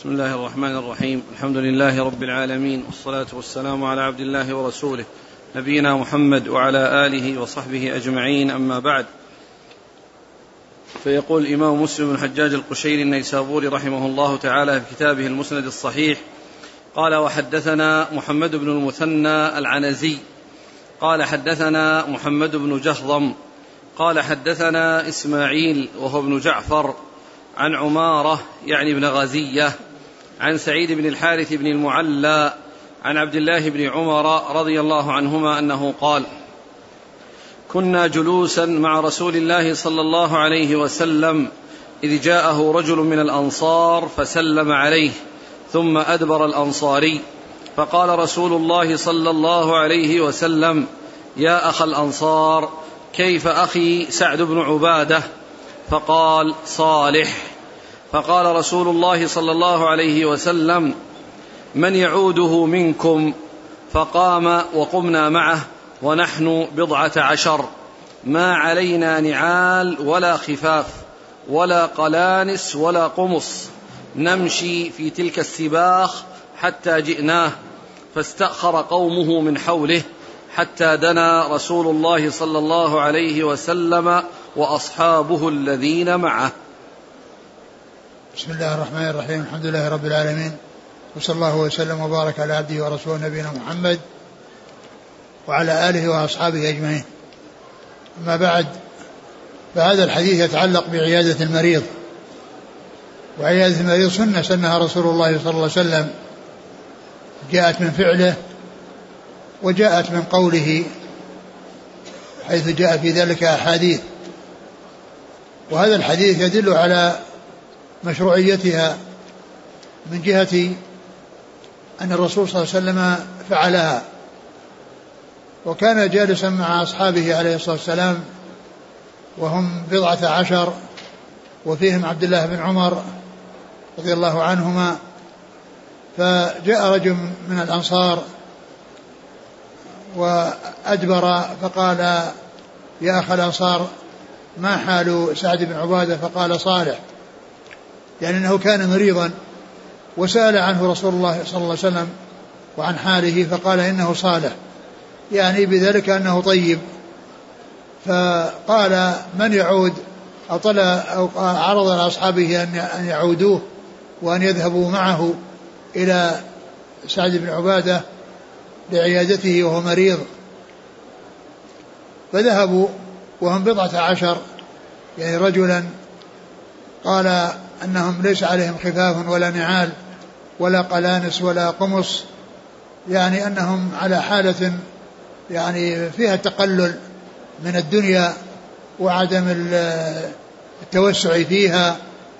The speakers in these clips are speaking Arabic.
بسم الله الرحمن الرحيم. الحمد لله رب العالمين، والصلاة والسلام على عبد الله ورسوله نبينا محمد وعلى آله وصحبه أجمعين، أما بعد. فيقول الإمام مسلم بن الحجاج القشيري النيسابوري رحمه الله تعالى في كتابه المسند الصحيح: قال: وحدثنا محمد بن المثنى العنزي قال حدثنا محمد بن جهضم قال حدثنا إسماعيل وهو ابن جعفر عن عمارة يعني بن غزية عن سعيد بن الحارث بن المعلى عن عبد الله بن عمر رضي الله عنهما أنه قال: كنا جلوسا مع رسول الله صلى الله عليه وسلم إذ جاءه رجل من الأنصار فسلم عليه، ثم أدبر الأنصاري، فقال رسول الله صلى الله عليه وسلم: يا أخ الأنصار، كيف أخي سعد بن عبادة؟ فقال: صالح. فقال رسول الله صلى الله عليه وسلم: من يعوده منكم؟ فقام وقمنا معه ونحن 12، ما علينا نعال ولا خفاف ولا قلانس ولا قمص، نمشي في تلك السباخ حتى جئناه، فاستأخر قومه من حوله حتى دنا رسول الله صلى الله عليه وسلم وأصحابه الذين معه. بسم الله الرحمن الرحيم. الحمد لله رب العالمين، وصلى الله وسلم وبارك على عبده ورسوله نبينا محمد وعلى آله وأصحابه أجمعين. أما بعد، فهذا الحديث يتعلق بعيادة المريض، وعيادة المريض سنة سنها رسول الله صلى الله عليه وسلم، جاءت من فعله وجاءت من قوله، حيث جاء في ذلك أحاديث. وهذا الحديث يدل على مشروعيتها من جهة أن الرسول صلى الله عليه وسلم فعلها، وكان جالسا مع أصحابه عليه الصلاة والسلام وهم 12، وفيهم عبد الله بن عمر رضي الله عنهما. فجاء رجل من الأنصار وأدبر فقال: يا أخ الأنصار، ما حال سعد بن عبادة؟ فقال: صالح، يعني أنه كان مريضا، وسأل عنه رسول الله صلى الله عليه وسلم وعن حاله، فقال إنه صالح، يعني بذلك أنه طيب. فقال: من يعود؟ أو عرض لأصحابه أن يعودوه وأن يذهبوا معه إلى سعد بن عبادة لعيادته وهو مريض. فذهبوا وهم 12، يعني رجلا قال أنهم ليس عليهم خفاف ولا نعال ولا قلانس ولا قمص، يعني أنهم على حالة يعني فيها التقلل من الدنيا وعدم التوسع فيها،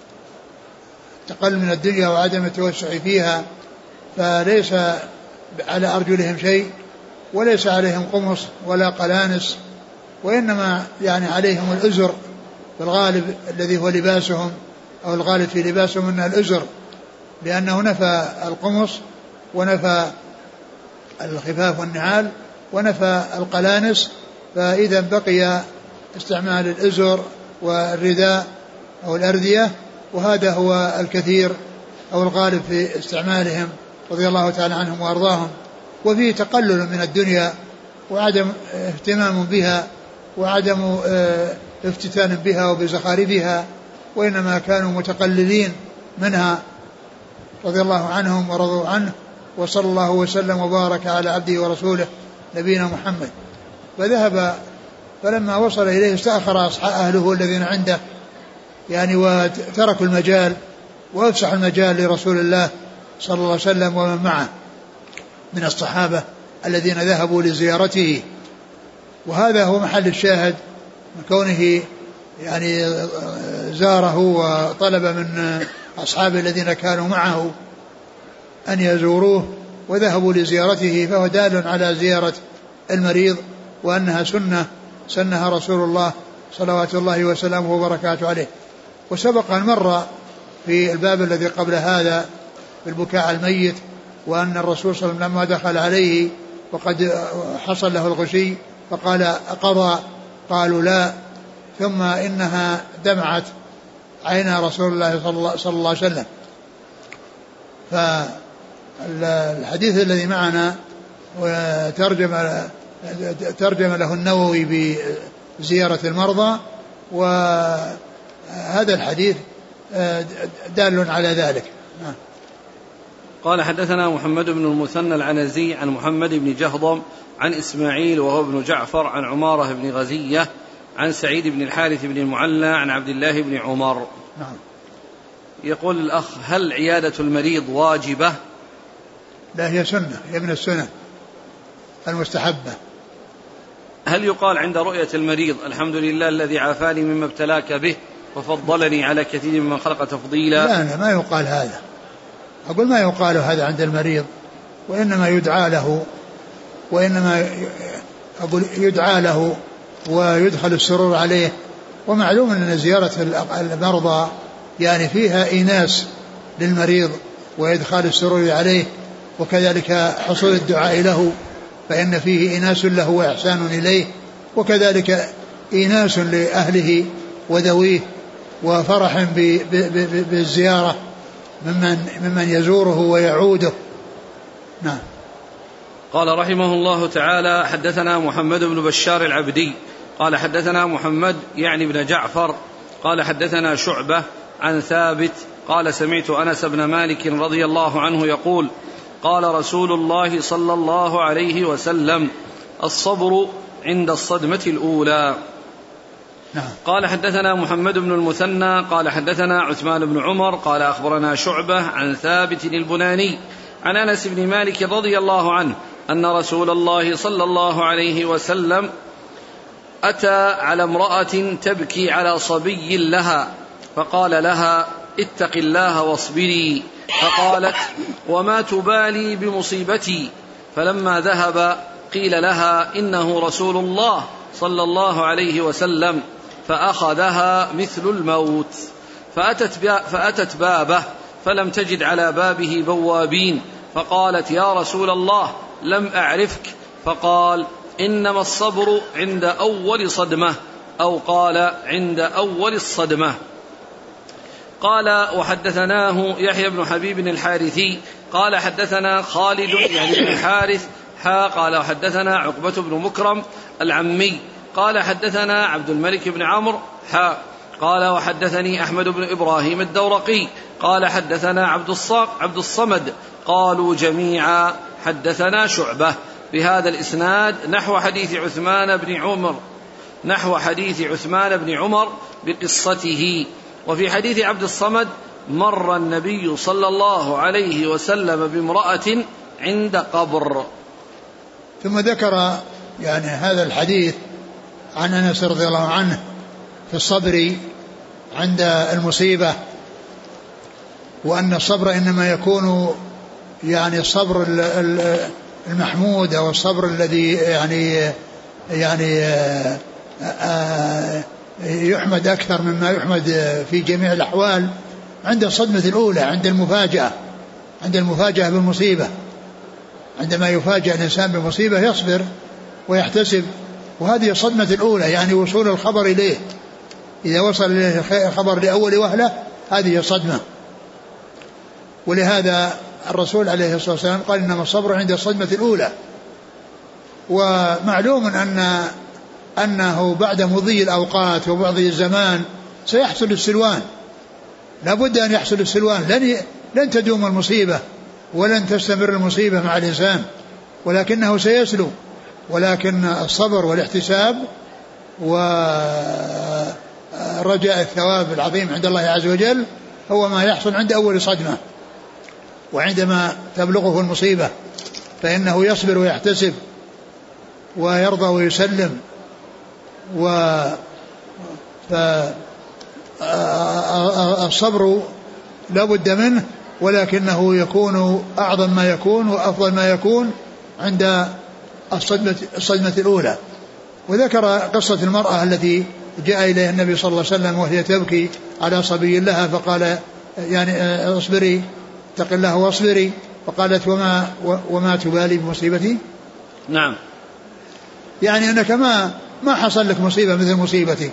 تقلل من الدنيا وعدم التوسع فيها، فليس على أرجلهم شيء وليس عليهم قمص ولا قلانس، وإنما يعني عليهم الأزر بالغالب الذي هو لباسهم، أو الغالب في لباسهم أنه الأزر، لأنه نفى القمص ونفى الخفاف والنعال ونفى القلانس، فإذا بقي استعمال الأزر والرداء أو الأردية، وهذا هو الكثير أو الغالب في استعمالهم رضي الله تعالى عنهم وأرضاهم. وفيه تقلل من الدنيا وعدم اهتمام بها وعدم افتتان بها وبزخارفها، وإنما كانوا متقللين منها رضي الله عنهم ورضوا عنه، وصلى الله وسلم وبارك على عبده ورسوله نبينا محمد. فذهب، فلما وصل إليه استأخر أهله الذين عنده، يعني وتركوا المجال وأفسحوا المجال لرسول الله صلى الله عليه وسلم ومن معه من الصحابة الذين ذهبوا لزيارته. وهذا هو محل الشاهد من كونه يعني زاره وطلب من أصحابه الذين كانوا معه أن يزوروه وذهبوا لزيارته، فهو دال على زيارة المريض، وأنها سنة سنها رسول الله صلوات الله وسلامه وبركاته عليه. وسبق أن مر في الباب الذي قبل هذا بالبكاء على الميت، وأن الرسول صلى الله عليه وسلم لما دخل عليه وقد حصل له الغشي فقال: أقضى؟ قالوا: لا. ثم إنها دمعت عين رسول الله صلى الله عليه وسلم. فالحديث الذي معنا ترجم له النووي بزيارة المرضى، وهذا الحديث دال على ذلك. قال حدثنا محمد بن المثنى العنزي عن محمد بن جهضم عن إسماعيل وهو ابن جعفر عن عمارة بن غزية عن سعيد بن الحارث بن المعلى عن عبد الله بن عمر. نعم. يقول الأخ: هل عيادة المريض واجبة؟ لا، هي سنة، هي من السنة المستحبة. هل يقال عند رؤية المريض: الحمد لله الذي عافاني مما ابتلاك به وفضلني على كثير ممن خلق تفضيلا؟ لا، ما يقال هذا. أقول ما يقال هذا عند المريض، وإنما يدعى له ويدخل السرور عليه. ومعلوم أن زيارة المرضى يعني فيها إيناس للمريض وإدخال السرور عليه، وكذلك حصول الدعاء له، فإن فيه إيناس له وإحسان إليه، وكذلك إيناس لأهله وذويه وفرح بالزيارة ممن يزوره ويعوده. نعم. قال رحمه الله تعالى: حدثنا محمد بن بشار العبدي قال حدثنا محمد يعني بن جعفر قال حدثنا شعبة عن ثابت قال: سمعت أنس بن مالك رضي الله عنه يقول: قال رسول الله صلى الله عليه وسلم: الصبر عند الصدمة الأولى. نعم. قال حدثنا محمد بن المثنى قال حدثنا عثمان بن عمر قال أخبرنا شعبة عن ثابت البناني عن أنس بن مالك رضي الله عنه أن رسول الله صلى الله عليه وسلم أتى على امرأة تبكي على صبي لها فقال لها: اتق الله واصبري. فقالت: وما تبالي بمصيبتي؟ فلما ذهب قيل لها: إنه رسول الله صلى الله عليه وسلم، فأخذها مثل الموت. فأتت بابه فلم تجد على بابه بوابين، فقالت: يا رسول الله لم أعرفك. فقال: إنما الصبر عند أول صدمة، أو قال: عند أول الصدمة. قال: وحدثناه يحيى بن حبيب الحارثي قال حدثنا خالد يعني بن الحارث قال وحدثنا عقبة بن مكرم العمي قال حدثنا عبد الملك بن عمرو قال وحدثني أحمد بن إبراهيم الدورقي قال حدثنا عبد الصمد قالوا جميعا حدثنا شعبة بهذا الإسناد نحو حديث عثمان بن عمر بقصته. وفي حديث عبد الصمد: مر النبي صلى الله عليه وسلم بامرأة عند قبر. ثم ذكر يعني هذا الحديث عن أنس رضي الله عنه في الصبر عند المصيبة، وأن الصبر إنما يكون يعني الصبر المحمود أو الصبر الذي يعني يحمد أكثر مما يحمد في جميع الأحوال عند الصدمة الأولى، عند المفاجأة بالمصيبة. عندما يفاجأ الإنسان بمصيبة يصبر ويحتسب، وهذه الصدمة الأولى يعني وصول الخبر إليه. إذا وصل إليه الخبر لأول وهلة هذه صدمة. ولهذا الرسول عليه الصلاة والسلام قال: إنما الصبر عند الصدمة الأولى. ومعلوم أنه بعد مضي الأوقات وبعض الزمان سيحصل السلوان، لا بد أن يحصل السلوان، لن تدوم المصيبة ولن تستمر المصيبة مع الإنسان، ولكنه سيسلو. ولكن الصبر والاحتساب ورجاء الثواب العظيم عند الله عز وجل هو ما يحصل عند أول صدمة، وعندما تبلغه المصيبة فإنه يصبر ويحتسب ويرضى ويسلم. فالصبر لا بد منه، ولكنه يكون أعظم ما يكون وأفضل ما يكون عند الصدمة الأولى. وذكر قصة المرأة التي جاء إليها النبي صلى الله عليه وسلم وهي تبكي على صبي لها، فقال يعني اصبري، اتق الله واصبري. فقالت: وما تبالي بمصيبتي؟ نعم، يعني أنك ما حصل لك مصيبة مثل مصيبتي.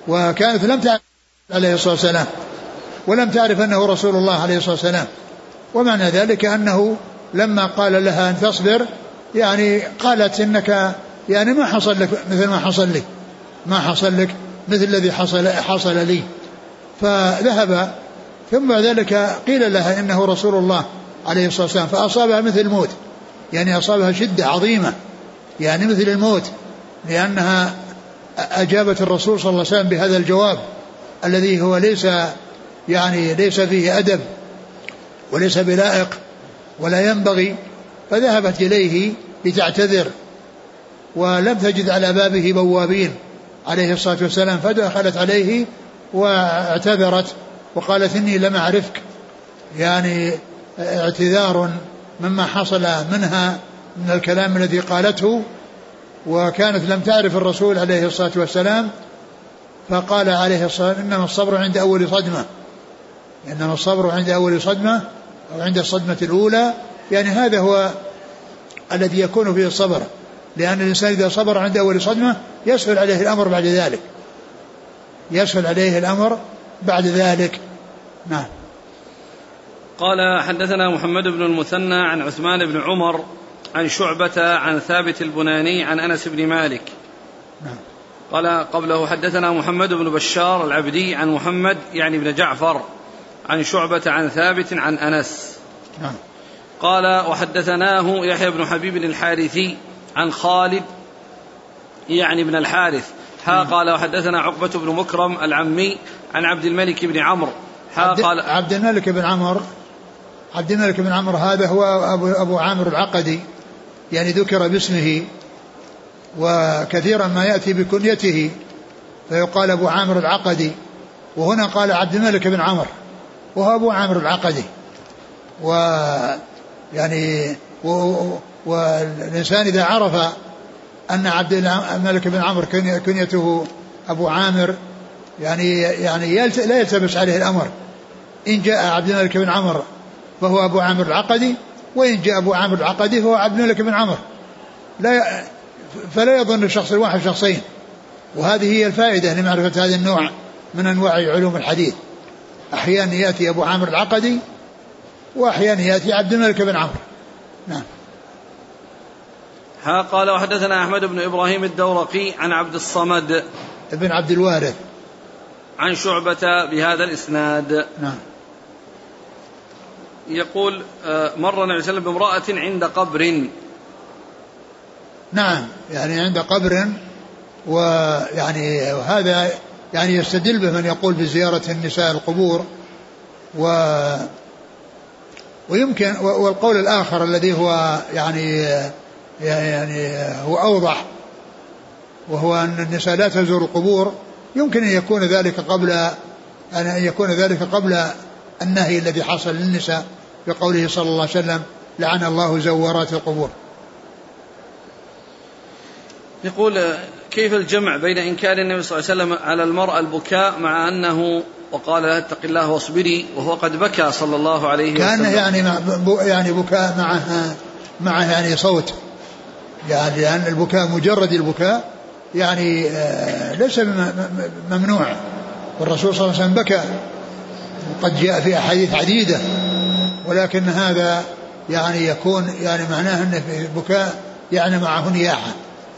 وكانت لم تعرف عليه الصلاة والسلام، ولم تعرف أنه رسول الله عليه الصلاة والسلام، ومعنى ذلك أنه لما قال لها أن تصبر يعني قالت إنك يعني ما حصل لك مثل ما حصل لي، ما حصل لك مثل الذي حصل لي. فذهب، ثم بعد ذلك قيل لها إنه رسول الله عليه الصلاة والسلام، فأصابها مثل الموت، يعني أصابها شدة عظيمة يعني مثل الموت، لأنها أجابت الرسول صلى الله عليه وسلم بهذا الجواب الذي هو ليس فيه أدب وليس بلائق ولا ينبغي. فذهبت إليه لتعتذر، ولم تجد على بابه بوابين عليه الصلاة والسلام، فدخلت عليه واعتذرت وقالت إني لم أعرفك، يعني اعتذار مما حصل منها من الكلام الذي قالته، وكانت لم تعرف الرسول عليه الصلاة والسلام. فقال عليه الصلاة والسلام إنما الصبر عند أول صدمة، إنما الصبر عند أول صدمة أو عند الصدمة الأولى، يعني هذا هو الذي يكون فيه الصبر، لأن الإنسان إذا صبر عند أول صدمة يسهل عليه الأمر بعد ذلك، يسهل عليه الأمر بعد ذلك. نعم. قال حدثنا محمد بن المثنى عن عثمان بن عمر عن شعبة عن ثابت البناني عن أنس بن مالك. نعم. قال قبله حدثنا محمد بن بشار العبدي عن محمد يعني بن جعفر عن شعبة عن ثابت عن أنس. نعم. قال وحدثناه يحيى بن حبيب الحارثي عن خالد يعني بن الحارث قال وحدثنا عقبة بن مكرم العمي عن عبد الملك بن عمرو قال عبد الملك بن عمرو هذا هو أبو عامر العقدي، يعني ذكر باسمه، وكثيرا ما يأتي بكنيته فيقال أبو عامر العقدي، وهنا قال عبد الملك بن عمرو وهو أبو عامر العقدي. ويعني والإنسان إذا عرف أن عبد الملك بن عمرو كنيته أبو عامر يعني لا يلتبس عليه الأمر، إن جاء عبد الملك بن عمرو فهو أبو عامر العقدي، وإن جاء أبو عامر العقدي فهو عبد الملك بن عمرو، فلا يظن الشخص الواحد شخصين. وهذه هي الفائدة لمعرفة هذا النوع من أنواع علوم الحديث، أحيانا يأتي أبو عامر العقدي وأحيانا يأتي عبد الملك بن عمرو. نعم. قال وحدثنا أحمد بن إبراهيم الدورقي عن عبد الصمد ابن عبد الوارث عن شعبة بهذا الإسناد. نعم. يقول مر النبي صلى الله عليه وسلم بامرأة عند قبر. نعم، يعني عند قبر، ويعني وهذا يعني يستدل به من يقول بزيارة النساء القبور، ويمكن والقول الآخر الذي هو يعني هو أوضح، وهو أن النساء لا تزور القبور، يمكن أن يكون ذلك قبل النهي الذي حصل للنساء بقوله صلى الله عليه وسلم لعن الله زوارات القبور. يقول كيف الجمع بين إنكار النبي صلى الله عليه وسلم على المرأة البكاء مع أنه وقال لها اتق الله واصبري، وهو قد بكى صلى الله عليه وسلم، كان يعني بكاء معه يعني صوت، يعني لأن البكاء مجرد البكاء يعني ليس ممنوع، والرسول صلى الله عليه وسلم بكى، وقد جاء في أحاديث عديدة، ولكن هذا يعني يكون يعني معناه أن في البكاء يعني معه نياحة.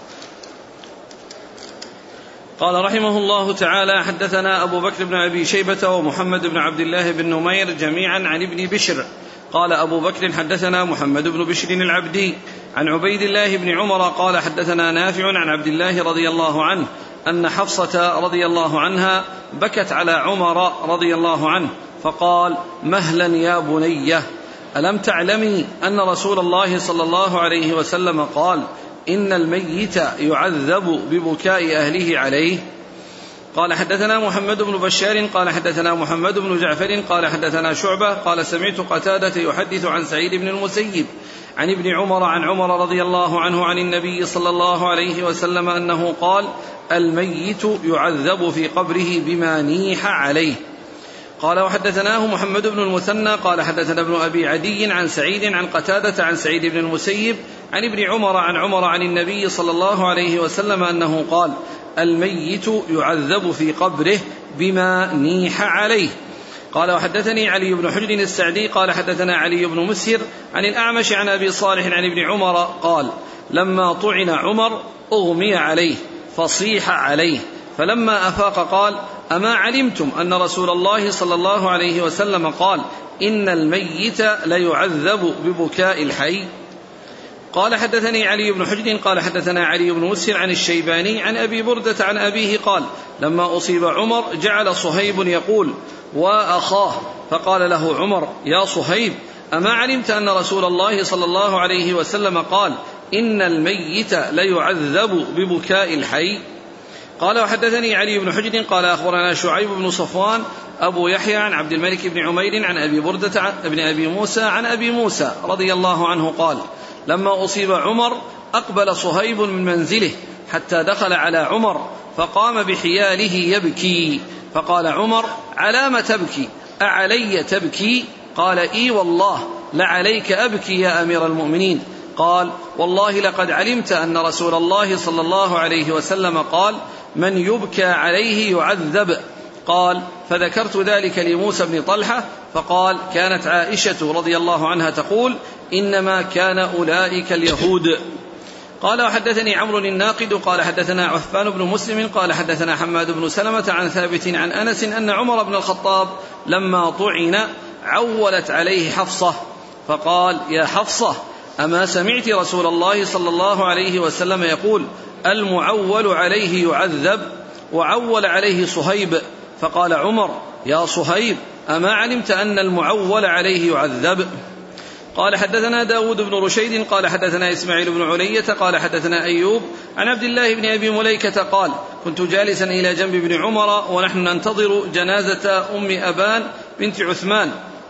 قال رحمه الله تعالى حدثنا أبو بكر بن أبي شيبة ومحمد بن عبد الله بن نمير جميعا عن ابن بشر. قال أبو بكر حدثنا محمد بن بشر العبدي عن عبيد الله بن عمر قال حدثنا نافع عن عبد الله رضي الله عنه أن حفصة رضي الله عنها بكت على عمر رضي الله عنه فقال مهلا يا بنية ألم تعلمي أن رسول الله صلى الله عليه وسلم قال إن الميت يعذب ببكاء أهله عليه. قال حدثنا محمد بن بشار قال حدثنا محمد بن جعفر قال حدثنا شعبة قال سمعت قتادة يحدث عن سعيد بن المسيب عن ابن عمر عن عمر رضي الله عنه عن النبي صلى الله عليه وسلم أنه قال الميت يعذب في قبره بما نيح عليه. قال وحدثناه محمد بن المثنى قال حدثنا ابن أبي عدي عن سعيد عن قتادة عن سعيد بن المسيب عن ابن عمر عن النبي صلى الله عليه وسلم أنه قال الميت يعذب في قبره بما نيح عليه. قال وحدثني علي بن حجر السعدي قال حدثنا علي بن مسهر عن الأعمش عن أبي صالح عن ابن عمر قال لما طعن عمر أغمي عليه فصيح عليه فلما أفاق قال أما علمتم أن رسول الله صلى الله عليه وسلم قال إن الميت ليعذب ببكاء الحي. قال حدثني علي بن حجر قال حدثنا علي بن مسهر عن الشيباني عن أبي بردة عن أبيه قال لما أصيب عمر جعل صهيب يقول وأخاه فقال له عمر يا صهيب أما علمت أن رسول الله صلى الله عليه وسلم قال إن الميت ليعذب ببكاء الحي. قال وحدثني علي بن حجر قال أخبرنا شعيب بن صفوان أبو يحيى عن عبد الملك بن عمير عن أبي بردة بن أبي موسى عن أبي موسى رضي الله عنه قال لما أصيب عمر أقبل صهيب من منزله حتى دخل على عمر فقام بحياله يبكي فقال عمر علام تبكي أعلي تبكي؟ قال إي والله لعليك أبكي يا أمير المؤمنين. قال والله لقد علمت أن رسول الله صلى الله عليه وسلم قال من يبكى عليه يعذب. قال فذكرت ذلك لموسى بن طلحة فقال كانت عائشة رضي الله عنها تقول إنما كان أولئك اليهود. قال وحدثني عمرو الناقد قال حدثنا عفان بن مسلم قال حدثنا حماد بن سلمة عن ثابت عن أنس أن عمر بن الخطاب لما طعن عولت عليه حفصة فقال يا حفصة أما سمعت رسول الله صلى الله عليه وسلم يقول المعول عليه يعذب؟ وعول عليه صهيب فقال عمر يا صهيب أما علمت أن المعول عليه يعذب؟ قال حدثنا داود بن رشيد قال حدثنا إسماعيل بن علية قال حدثنا أيوب عن عبد الله بن أبي مليكة قال كنت جالسا إلى جنب ابن عمر ونحن ننتظر جنازة أم أبان بنت عثمان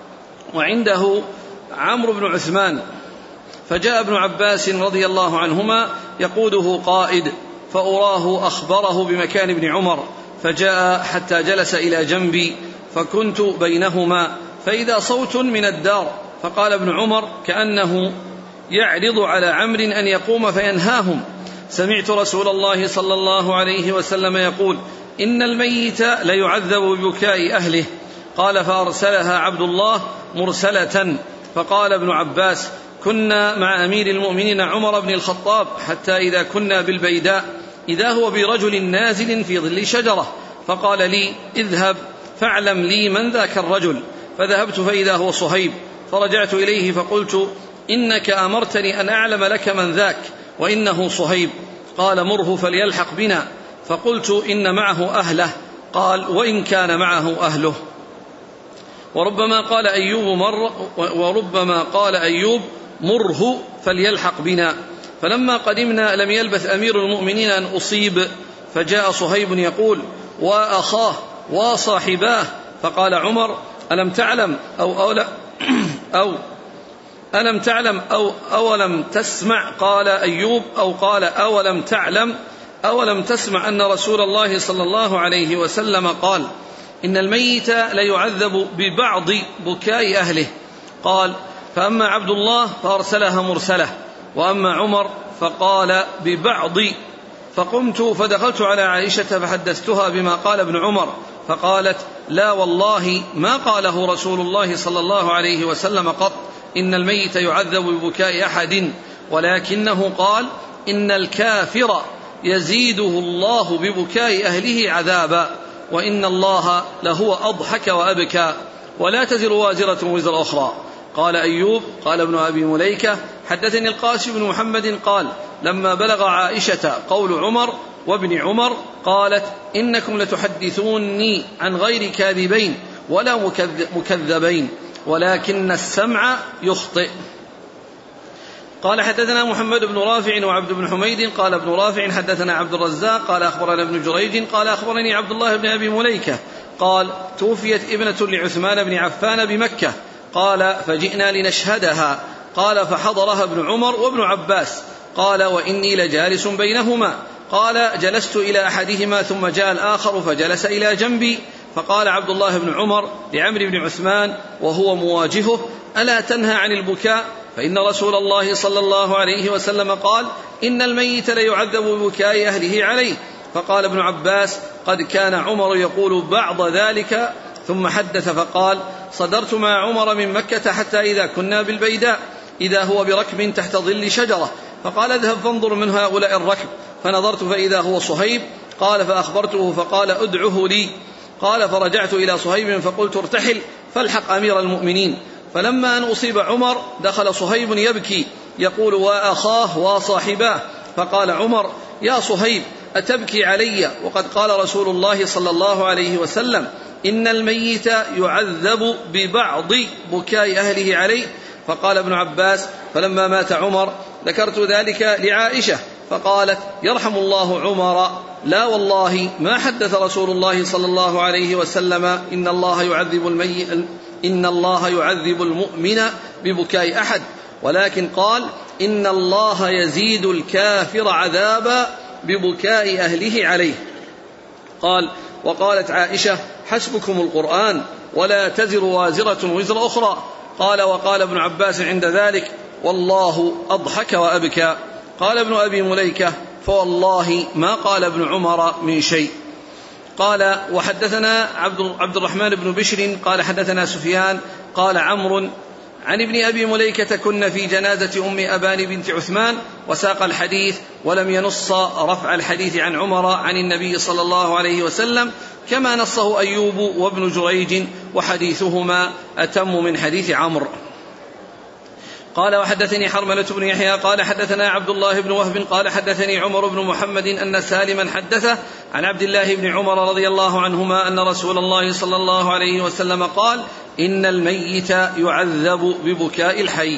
وعنده عمرو بن عثمان فجاء ابن عباس رضي الله عنهما يقوده قائد فأراه أخبره بمكان ابن عمر فجاء حتى جلس إلى جنبي فكنت بينهما فإذا صوت من الدار فقال ابن عمر كأنه يعرض على عمرو أن يقوم فينهاهم سمعت رسول الله صلى الله عليه وسلم يقول إن الميت ليعذب ببكاء أهله. قال فأرسلها عبد الله مرسلة. فقال ابن عباس كنا مع أمير المؤمنين عمر بن الخطاب حتى إذا كنا بالبيداء إذا هو برجل نازل في ظل شجرة فقال لي اذهب فاعلم لي من ذاك الرجل فذهبت فإذا هو صهيب فرجعت إليه فقلت إنك أمرتني أن أعلم لك من ذاك وإنه صهيب. قال مره فليلحق بنا فقلت إن معه أهله. قال وإن كان معه أهله. وربما قال أيوب مره فليلحق بنا. فلما قدمنا لم يلبث أمير المؤمنين أن أصيب فجاء صهيب يقول وأخاه وصاحباه فقال عمر ألم تعلم ألم تعلم أولم تسمع؟ قال أيوب قال أولم تعلم أولم تسمع أن رسول الله صلى الله عليه وسلم قال إن الميت ليعذب ببعض بكاء أهله. قال فأما عبد الله فأرسلها مرسلة وأما عمر فقال ببعض. فقمت فدخلت على عائشة فحدثتها بما قال ابن عمر فقالت لا والله ما قاله رسول الله صلى الله عليه وسلم قط إن الميت يعذب ببكاء أحد ولكنه قال إن الكافر يزيده الله ببكاء أهله عذابا وإن الله لهو أضحك وأبكى ولا تزر وازرة وزر أخرى. قال أيوب قال ابن أبي مليكة حدثني القاسم بن محمد قال لما بلغ عائشة قول عمر وابن عمر قالت إنكم لتحدثوني عن غير كاذبين ولا مكذبين ولكن السمع يخطئ. قال حدثنا محمد بن رافع وعبد بن حميد قال ابن رافع حدثنا عبد الرزاق قال أخبرنا ابن جريج قال أخبرني عبد الله بن أبي مليكة قال توفيت ابنة لعثمان بن عفان بمكة قال فجئنا لنشهدها قال فحضرها ابن عمر وابن عباس قال وإني لجالس بينهما قال جلست إلى أحدهما ثم جاء الآخر فجلس إلى جنبي فقال عبد الله بن عمر لعمرو بن عثمان وهو مواجهه ألا تنهى عن البكاء فإن رسول الله صلى الله عليه وسلم قال إن الميت ليعذب ببكاء أهله عليه. فقال ابن عباس قد كان عمر يقول بعض ذلك ثم حدث فقال: صدرت مع عمر من مكة حتى إذا كنا بالبيداء إذا هو بركب تحت ظل شجرة، فقال: اذهب فانظر من هؤلاء الركب، فنظرت فإذا هو صهيب، قال: فأخبرته فقال: ادعه لي. قال: فرجعت إلى صهيب فقلت: ارتحل فالحق أمير المؤمنين. فلما أن أصيب عمر دخل صهيب يبكي يقول: وأخاه وصاحباه. فقال عمر: يا صهيب، أتبكي علي وقد قال رسول الله صلى الله عليه وسلم: إن الميت يعذب ببعض بكاء أهله عليه. فقال ابن عباس: فلما مات عمر ذكرت ذلك لعائشة فقالت: يرحم الله عمر، لا والله ما حدث رسول الله صلى الله عليه وسلم إن الله يعذب المؤمن ببكاء أحد، ولكن قال: إن الله يزيد الكافر عذابا ببكاء أهله عليه. قال: وقالت عائشة: حسبكم القرآن ولا تزر وازرة وزر أخرى. قال: وقال ابن عباس عند ذلك: والله أضحك وأبكى. قال ابن أبي مليكة: فوالله ما قال ابن عمر من شيء. قال: وحدثنا عبد الرحمن بن بشر قال حدثنا سفيان قال عمرو عن ابن أبي مليكة: كنا في جنازة أم أبان بنت عثمان، وساق الحديث ولم ينص رفع الحديث عن عمر عن النبي صلى الله عليه وسلم كما نصه أيوب وابن جريج، وحديثهما أتم من حديث عمرو. قال: وحدثني حرملة بن يحيى قال حدثنا عبد الله بن وهب قال حدثني عمر بن محمد أن سالما حدثه عن عبد الله بن عمر رضي الله عنهما أن رسول الله صلى الله عليه وسلم قال: إن الميت يعذب ببكاء الحي.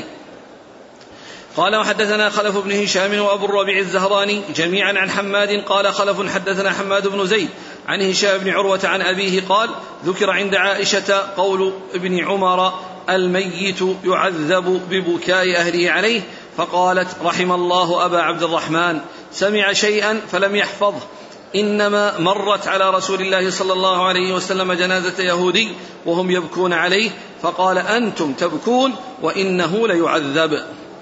قال: وحدثنا خلف بن هشام وأبو الربيع الزهراني جميعا عن حماد قال خلف حدثنا حماد بن زيد عن هشام بن عروة عن أبيه قال: ذكر عند عائشة قول ابن عمر: الميت يعذب ببكاء أهله عليه، فقالت: رحم الله أبا عبد الرحمن، سمع شيئا فلم يحفظه، إنما مرت على رسول الله صلى الله عليه وسلم جنازة يهودي وهم يبكون عليه، فقال: أنتم تبكون وإنه ليعذب.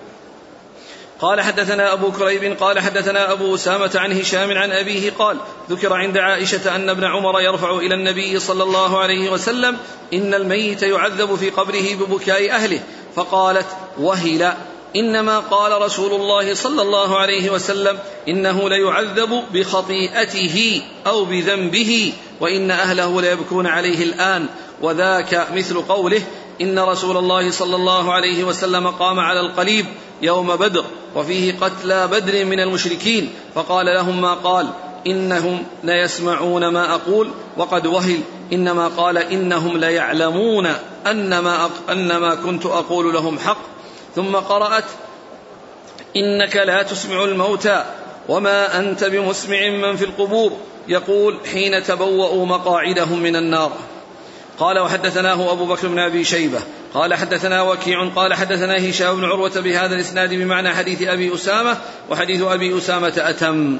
قال: حدثنا أبو كريب قال حدثنا أبو أسامة عن هشام عن أبيه قال: ذكر عند عائشة أن ابن عمر يرفع إلى النبي صلى الله عليه وسلم: إن الميت يعذب في قبره ببكاء أهله، فقالت: وهل، إنما قال رسول الله صلى الله عليه وسلم: إنه ليعذب بخطيئته أو بذنبه، وإن أهله ليبكون عليه الآن، وذاك مثل قوله: إن رسول الله صلى الله عليه وسلم قام على القليب يوم بدر وفيه قتلى بدر من المشركين، فقال لهم ما قال: إنهم ليسمعون ما أقول، وقد وهل، إنما قال: إنهم ليعلمون أن ما كنت أقول لهم حق. ثم قرأت: إنك لا تسمع الموتى وما أنت بمسمع من في القبور، يقول حين تبوأوا مقاعدهم من النار. قال: وحدثناه أبو بكر بن أبي شيبة قال حدثنا وكيع قال حدثنا هشام بن عروة بهذا الإسناد بمعنى حديث أبي أسامة، وحديث أبي أسامة أتم.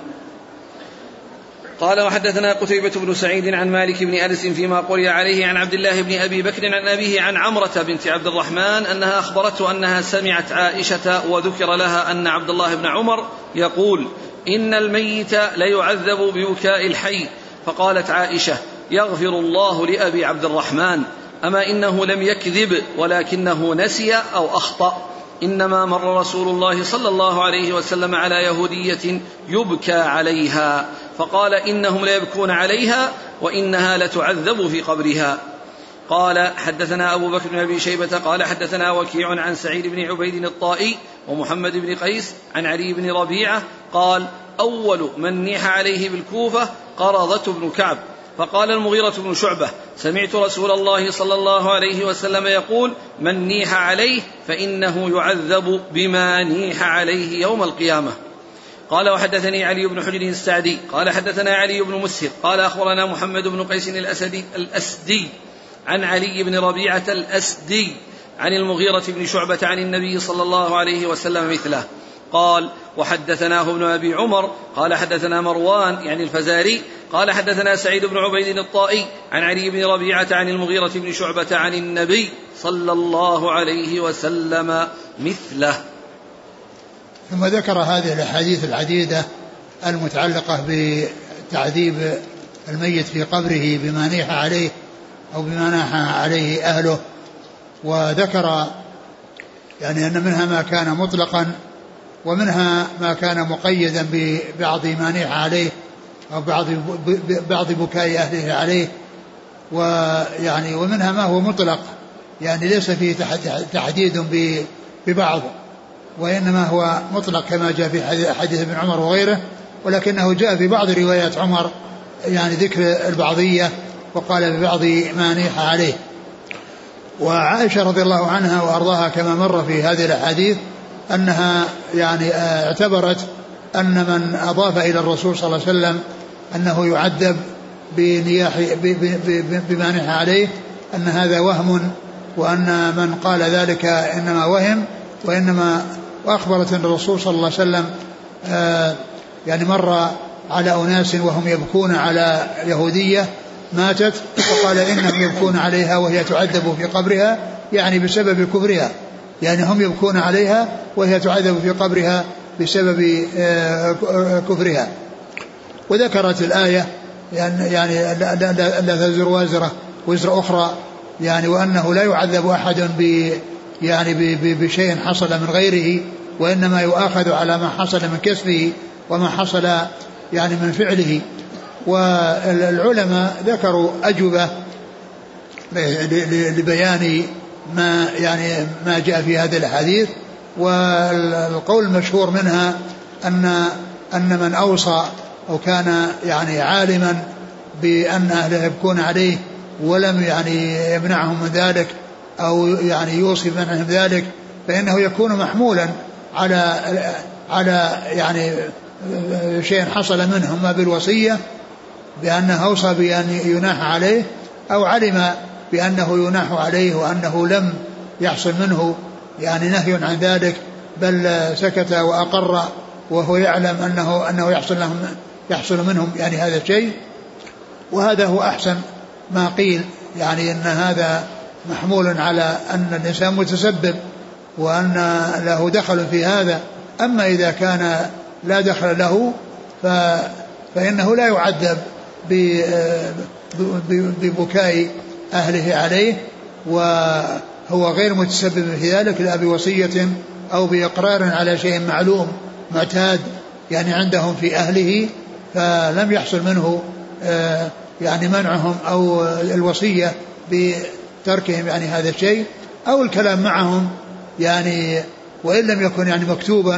قال: وحدثنا قتيبة بن سعيد عن مالك بن أنس فيما قرئ عليه عن عبد الله بن أبي بكر عن أبيه عن عمرة بنت عبد الرحمن أنها أخبرته أنها سمعت عائشة وذكر لها أن عبد الله بن عمر يقول: إن الميت ليعذب ببكاء الحي، فقالت عائشة: يغفر الله لأبي عبد الرحمن، أما إنه لم يكذب ولكنه نسي أو أخطأ، إنما مر رسول الله صلى الله عليه وسلم على يهودية يبكى عليها، فقال: إنهم ليبكون عليها وإنها لتعذب في قبرها. قال: حدثنا أبو بكر بن أبي شيبة قال حدثنا وكيع عن سعيد بن عبيد الطائي ومحمد بن قيس عن علي بن ربيعة قال: أول من نيح عليه بالكوفة قرظة بن كعب، فقال المغيرة بن شعبة: سمعت رسول الله صلى الله عليه وسلم يقول: من نيح عليه فإنه يعذب بما نيح عليه يوم القيامة. قال: وحدثني علي بن حجر السعدي قال حدثنا علي بن مسهر قال أخبرنا محمد بن قيس الأسدي عن علي بن ربيعة الأسدي عن المغيرة بن شعبة عن النبي صلى الله عليه وسلم مثله. قال: وحدثناه ابن أبي عمر قال حدثنا مروان يعني الفزاري قال حدثنا سعيد بن عبيد الطائي عن علي بن ربيعة عن المغيرة بن شعبة عن النبي صلى الله عليه وسلم مثله. ثم ذكر هذه الأحاديث العديدة المتعلقة بتعذيب الميت في قبره بما نيح عليه أو بما ناح عليه أهله. وذكر يعني أن منها ما كان مطلقا ومنها ما كان مقيدا ببعض ما نيح عليه أو بعض بكاء أهله عليه، ويعني ومنها ما هو مطلق يعني ليس فيه تحديد ببعض، وإنما هو مطلق كما جاء في حديث ابن عمر وغيره، ولكنه جاء في بعض روايات عمر يعني ذكر البعضية وقال ببعض ما نيح عليه. وعائشة رضي الله عنها وأرضاها كما مر في هذه الأحاديث أنها يعني اعتبرت أن من أضاف إلى الرسول صلى الله عليه وسلم أنه يعذب بما نيح عليه أن هذا وهم، وأن من قال ذلك إنما وهم، وأخبرت أن الرسول صلى الله عليه وسلم يعني مر على أناس وهم يبكون على يهودية ماتت، وقال إنهم يبكون عليها وهي تعذب في قبرها يعني بسبب كفرها، يعني هم يبكون عليها وهي تعذب في قبرها بسبب كفرها. وذكرت الآية يعني لا تزر وازرة وزر أخرى، يعني وأنه لا يعذب أحد يعني بشيء حصل من غيره، وإنما يؤاخذ على ما حصل من كسبه وما حصل يعني من فعله. والعلماء ذكروا أجوبة لبيان ما يعني ما جاء في هذه الحديث، والقول المشهور منها أن من أوصى أو كان يعني عالما بأن أهله يبكون عليه ولم يعني يمنعهم من ذلك أو يعني يوصي بمنعهم ذلك، فإنه يكون محمولا على يعني شيء حصل منهم ما بالوصية بأنه أوصى بأن يناح عليه، أو علم بأنه يناح عليه وأنه لم يحصل منه يعني نهي عن ذلك، بل سكت وأقر وهو يعلم أنه يحصل منهم يعني هذا الشيء. وهذا هو أحسن ما قيل، يعني أن هذا محمول على أن الإنسان متسبب وأن له دخل في هذا. أما إذا كان لا دخل له فإنه لا يعذب ببكاء أهله عليه، وهو غير متسبب في ذلك لا بوصية أو بإقرار على شيء معلوم معتاد يعني عندهم في أهله، فلم يحصل منه يعني منعهم أو الوصية بتركهم يعني هذا الشيء، أو الكلام معهم يعني وإن لم يكن يعني مكتوبا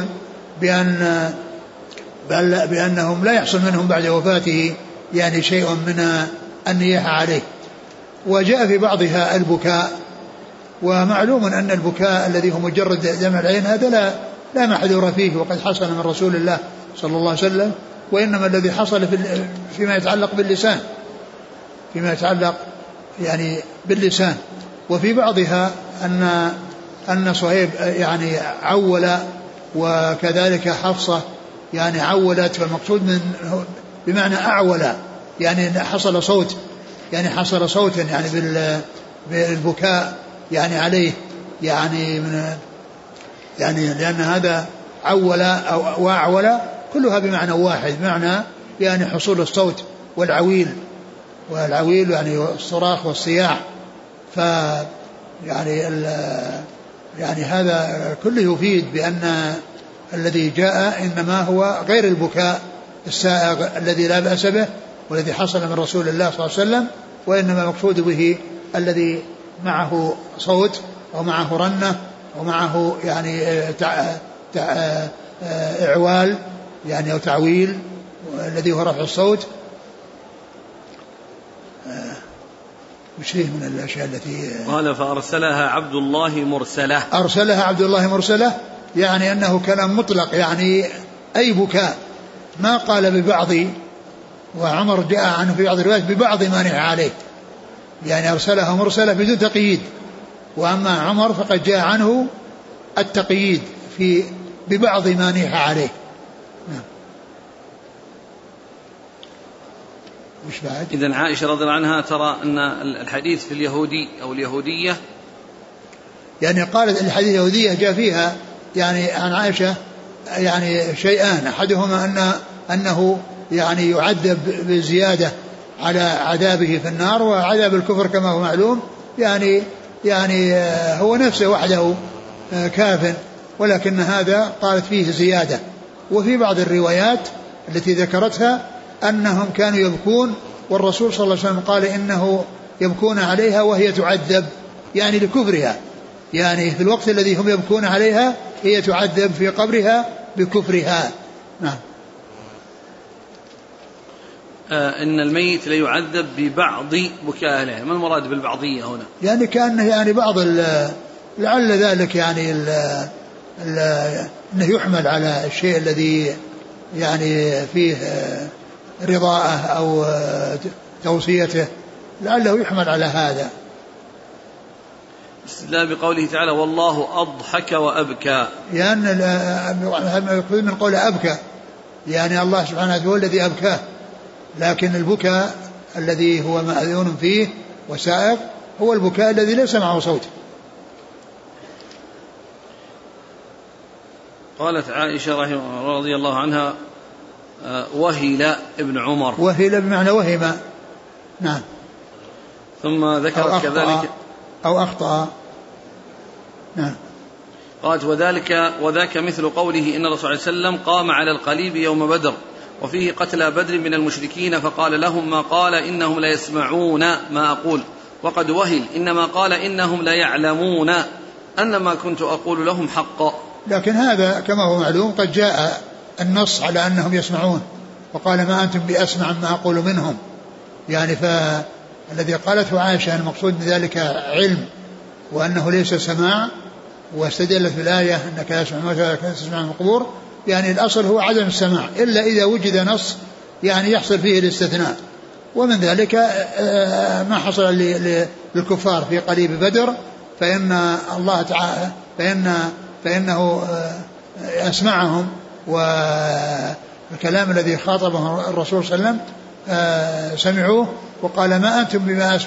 بأنهم لا يحصل منهم بعد وفاته يعني شيء من النياحة عليه. وجاء في بعضها البكاء، ومعلوم أن البكاء الذي هو مجرد دمع العين هذا لا محذور فيه، وقد حصل من رسول الله صلى الله عليه وسلم، وإنما الذي حصل فيما يتعلق باللسان، فيما يتعلق يعني باللسان. وفي بعضها أن صهيب يعني عول، وكذلك حفصة يعني عولت، والمقصود من بمعنى أعول يعني حصل صوت يعني بالبكاء يعني عليه، يعني من يعني لأن هذا عول أو وأعول كلها بمعنى واحد، بمعنى يعني حصول الصوت والعويل يعني الصراخ والصياح. يعني هذا كله يفيد بأن الذي جاء إنما هو غير البكاء السائغ الذي لا بأس به والذي حصل من رسول الله صلى الله عليه وسلم، وإنما مقصود به الذي معه صوت أو معه رنة أو معه يعني إعوال يعني أو تعويل الذي هو رفع الصوت. مش فيه من الأشياء التي قال فأرسلها عبد الله مرسلة، أرسلها عبد الله مرسلة، يعني أنه كلام مطلق يعني أي بكاء، ما قال ببعض، وعمر جاء عنه في بعض الروايات ببعض ما نهى عليه، يعني أرسلها مرسلة بدون تقييد. وأما عمر فقد جاء عنه التقييد في ببعض ما نهى عليه. نعم. إذن عائشة رضي الله عنها ترى أن الحديث في اليهودي أو اليهودية، يعني قالت الحديث اليهودية جاء فيها يعني عن عائشة يعني شيئان، أحدهما أنه يعني يعذب بزيادة على عذابه في النار. وعذاب الكفر كما هو معلوم يعني هو نفسه وحده كاف، ولكن هذا قالت فيه زيادة. وفي بعض الروايات التي ذكرتها أنهم كانوا يبكون، والرسول صلى الله عليه وسلم قال إنه يبكون عليها وهي تعذب، يعني لكفرها، يعني في الوقت الذي هم يبكون عليها هي تعذب في قبرها بكفرها. نعم. إن الميت ليعذب ببعض بكاء أهله، ما المراد بالبعضية هنا؟ يعني كأنه يعني بعض لعل ذلك يعني أنه يحمل على الشيء الذي يعني فيه رضاءه أو توصيته، لعله يحمل على هذا. استدلال بقوله تعالى والله أضحك وأبكى، لأن من قول أبكى يعني الله سبحانه وتعالى هو الذي أبكاه، لكن البكاء الذي هو مأذون فيه وسائق هو البكاء الذي ليس معه صوت. قالت عائشة رضي الله عنها وهل ابن عمر، وهل بمعنى وهم. نعم. ثم ذكرت كذلك أو أخطأ. نعم. قالت وذاك مثل قوله إن الرسول صلى الله عليه وسلم قام على القليب يوم بدر وفيه قتلى بدر من المشركين فقال لهم ما قال إنهم لا يسمعون ما أقول، وقد وهل إنما قال إنهم لا يعلمون أن ما كنت أقول لهم حق. لكن هذا كما هو معلوم قد جاء النص على أنهم يسمعون، وقال ما أنتم بأسمع ما أقول منهم، يعني فالذي قالته عائشة المقصود من ذلك علم وأنه ليس سماع، واستدلت بالآية أنك تسمع من القبور، يعني الأصل هو عدم السماع إلا إذا وجد نص يعني يحصل فيه الاستثناء. ومن ذلك ما حصل للكفار في قليب بدر، فإن الله تعالى فإنه أسمعهم، والكلام الذي خاطبه الرسول صلى الله عليه وسلم سمعوه، وقال ما أنتم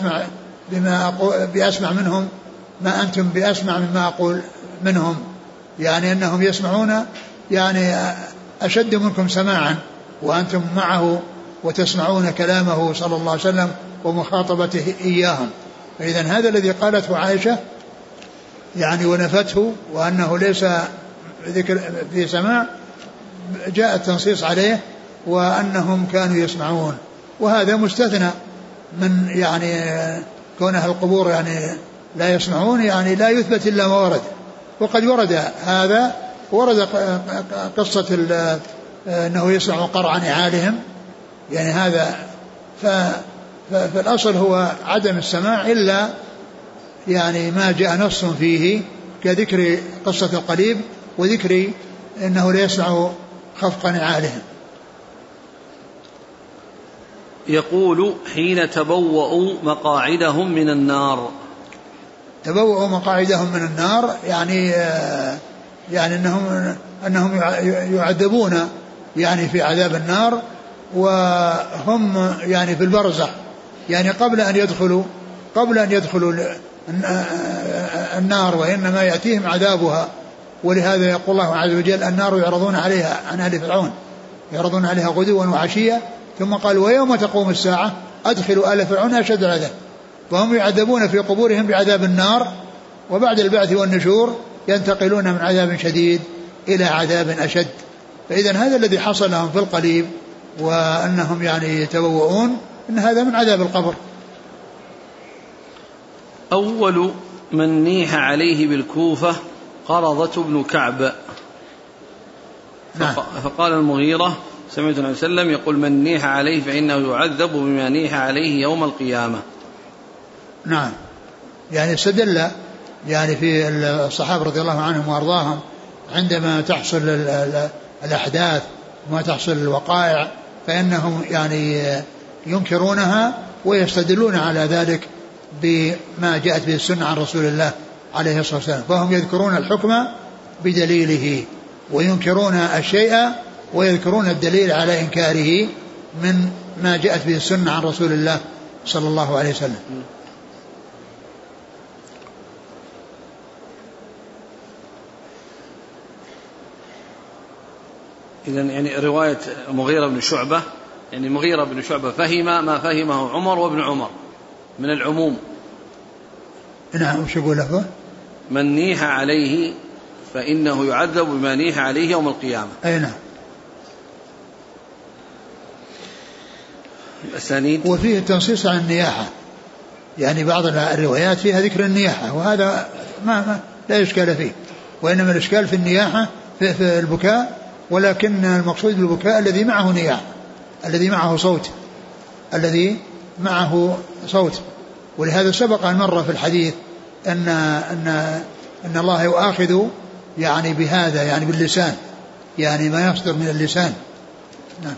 بأسمع منهم، ما أنتم بأسمع مما أقول منهم، يعني أنهم يسمعون يعني أشد منكم سماعا وأنتم معه وتسمعون كلامه صلى الله عليه وسلم ومخاطبته إياهم. فإذا هذا الذي قالته عائشة يعني ونفته وأنه ليس ذكر في سماع جاء التنصيص عليه وأنهم كانوا يسمعون، وهذا مستثنى من يعني كونها القبور يعني لا يسمعون، يعني لا يثبت إلا ما ورد. وقد ورد هذا، ورد قصة أنه يسمع قرع نعالهم، يعني هذا فالأصل هو عدم السماع إلا يعني ما جاء نص فيه كذكر قصة القليب وذكر أنه لا يسمع خفق نعالهم. يقول حين تبوأوا مقاعدهم من النار، تبوأوا مقاعدهم من النار يعني أنهم يعذبون يعني في عذاب النار وهم يعني في البرزخ، يعني قبل أن يدخلوا النار، وإنما يأتيهم عذابها. ولهذا يقول الله عز وجل النار يعرضون عليها عن أهل فرعون يعرضون عليها غدوا وعشيا، ثم قال ويوم تقوم الساعة أدخلوا آل فرعون أشد العذاب. وهم يعذبون في قبورهم بعذاب النار، وبعد البعث والنشور ينتقلون من عذاب شديد إلى عذاب أشد. فإذا هذا الذي حصل لهم في القليب وأنهم يعني يتبوؤون إن هذا من عذاب القبر. أول من نيح عليه بالكوفة قرظة بن كعب. فقال المغيرة سمعت النبي صلى الله عليه وسلم يقول من نيح عليه فإنه يعذب بما نيح عليه يوم القيامة. نعم، يعني استدل يعني في الصحابة رضي الله عنهم وأرضاهم عندما تحصل الأحداث وما تحصل الوقائع فإنهم يعني ينكرونها ويستدلون على ذلك بما جاءت به السنة عن رسول الله عليه الصلاة والسلام. فهم يذكرون الحكم بدليله وينكرون الشيء ويذكرون الدليل على إنكاره من ما جاءت به السنة عن رسول الله صلى الله عليه وسلم. إذن يعني رواية مغيرة بن شعبة يعني المغيرة بن شعبة فهم ما فهمه عمر وابن عمر من العموم. نعم. وش يقول له؟ من نيح عليه فإنه يعذب بما نيح عليه يوم القيامة. أي نعم. الأسانيد وفيه تنصيص عن النياحة، يعني بعض الروايات فيها ذكر النياحة، وهذا ما لا إشكال فيه، وإنما الإشكال في النياحة في البكاء، ولكن المقصود بالبكاء الذي معه نياحة، الذي معه صوت. ولهذا سبق أن مر في الحديث أن الله يؤاخذ يعني بهذا، يعني باللسان، يعني ما يصدر من اللسان. نعم.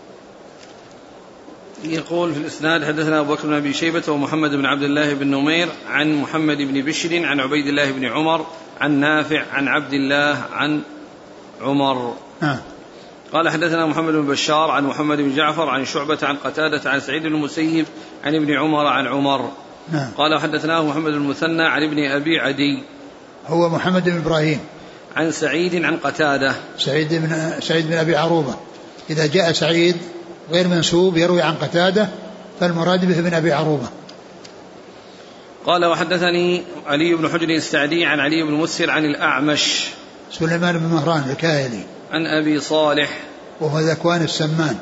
يقول في الإسناد حدثنا أبو بكر بن أبي شيبة ومحمد بن عبد الله بن نمير عن محمد بن بشر عن عبيد الله بن عمر عن نافع عن عبد الله عن عمر. قال حدثنا محمد بن بشار عن محمد بن جعفر عن شعبة عن قتادة عن سعيد بن المسيب عن ابن عمر عن عمر. قال حدثناه محمد بن المثنى عن ابن أبي عدي هو محمد بن إبراهيم عن سعيد عن قتادة سعيد بن أبي عروبة. إذا جاء سعيد غير منسوب يروي عن قتادة فالمراد به ابن أبي عروبة. قال وحدثني علي بن حجر السعدي عن علي بن مسهر عن الأعمش سليمان بن مهران الكاهلي عن أبي صالح وهو ذكوان السمان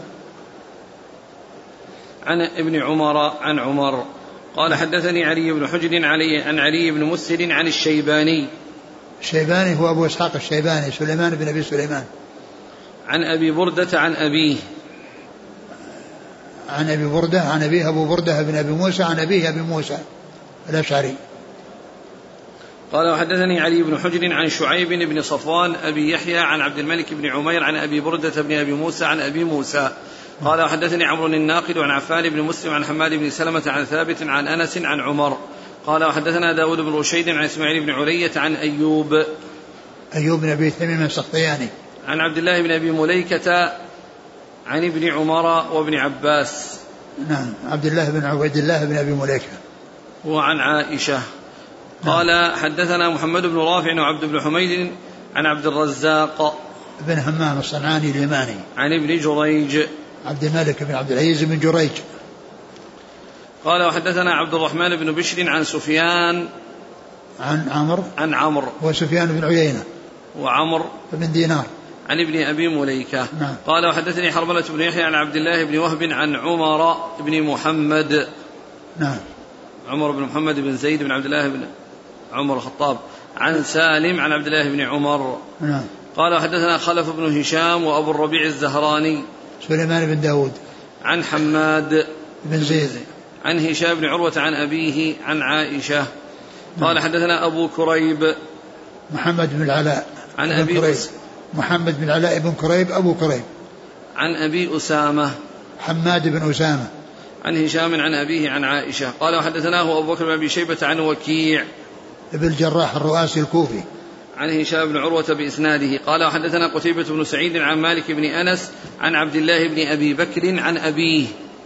عن ابن عمر عن عمر. قال حدثني علي بن حجر عن علي بن مسهر عن الشيباني هو أبو إسحاق الشيباني سليمان بن أبي سليمان عن أبي بردة عن أبيه عن أبي بردة عن أبيه أبو بردة بن أبي موسى عن أبيه أبي موسى الأشعري. قال وحدثني علي بن حجر عن شعيب بن صفوان أبي يحيى عن عبد الملك بن عمير عن أبي بردة بن أبي موسى عن أبي موسى. قال وحدثني عمرو الناقد عن عفان بن مسلم عن حماد بن سلمة عن ثابت عن أنس عن عمر. قال وحدثنا داود بن رشيد عن إسماعيل بن علية عن أيوب بن أبي تميم السختياني عن عبد الله بن أبي مليكة عن ابن عمر وابن عباس. نعم. عبد الله بن عبيد الله بن أبي مليكة وعن عائشة. قال حدثنا محمد بن رافع وعبد بن حميد عن عبد الرزاق بن همام الصنعاني اليماني عن ابن جريج عبد الملك بن عبد العزيز بن جريج. قال وحدثنا عبد الرحمن بن بشر عن سفيان عن عمرو وسفيان بن عيينة وعمر بن دينار عن ابن أبي مليكة. نعم. قال وحدثني حرملة بن يحيى عن عبد الله بن وهب عن عمر بن محمد. نعم. عمر بن محمد بن زيد بن عبد الله بن عمر الخطاب عن سالم عن عبد الله بن عمر. نعم. قال وحدثنا خلف بن هشام وأبو الربيع الزهراني سليمان بن داود عن حماد بن زيد عن هشام بن عروة عن أبيه عن عائشة. قال حدثنا أبو كريب محمد بن العلاء عن أبي محمد بن العلاء بن كريب أبو كريب عن أبي أسامة حماد بن أسامة عن هشام عن أبيه عن عائشة. قال وحدثناه أبو بكر بن أبي شيبة عن وكيع ابن الجراح الرؤاسي الكوفي عن هشام بن عروة بإسناده. قال وحدثنا قتيبة بن سعيد عن مالك بن أنس عن عبد الله بن أبي بكر عن أبيه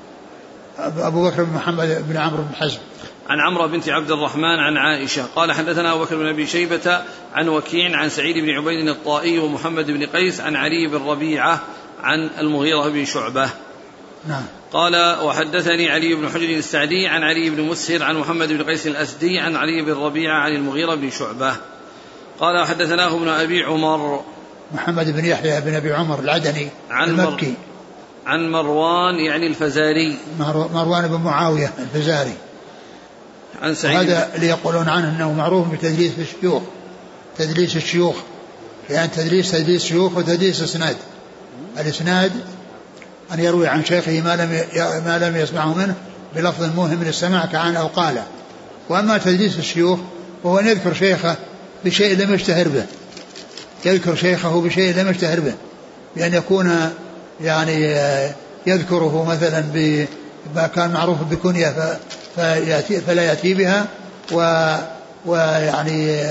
أبو بكر بن محمد بن عمرو بن حزم عن عمرو بنت عبد الرحمن عن عائشة. قال حدثنا أبو بكر بن أبي شيبة عن وكيع عن سعيد بن عبيد الطائي ومحمد بن قيس عن علي بن ربيعة عن المغيرة بن شعبة. نعم. قال وحدثني علي بن حجر السعدي عن علي بن مسهر عن محمد بن قيس الأسدي عن علي بن ربيعة عن المغيرة بن شعبة. قال حدثناه ابن أبي عمر محمد بن يحيى بن أبي عمر العدني المكي عن مروان يعني الفزاري مروان بن معاوية الفزاري عن سعيد. هذا اللي يقولون عنه أنه معروف بتدليس الشيوخ تدليس الشيوخ يعني تدليس شيوخ وتدليس إسناد. الإسناد أن يروي عن شيخه ما لم يسمعه منه بلفظ موهم من السماع كعن أو قال. وأما تدليس الشيوخ وهو أن يذكر شيخه بشيء لم يشتهر به بأن يكون يعني يذكره مثلا بما كان معروف بكنية فلا يأتي بها ويعني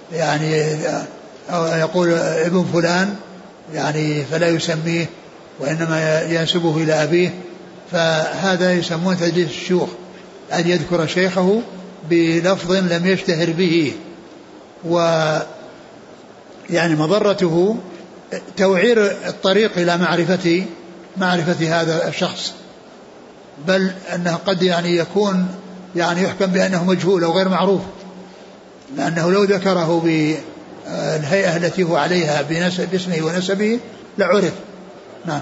أو يقول ابن فلان يعني فلا يسميه وإنما ينسبه إلى أبيه. فهذا يسمون تدليس الشيوخ أن يذكر شيخه بلفظ لم يشتهر به. ويعني مضرته توعير الطريق إلى معرفة معرفة هذا الشخص، بل أنه قد يعني يكون يعني يحكم بأنه مجهول أو غير معروف، لأنه لو ذكره بالهيئة التي هو عليها باسمه ونسبه لعرف. نعم.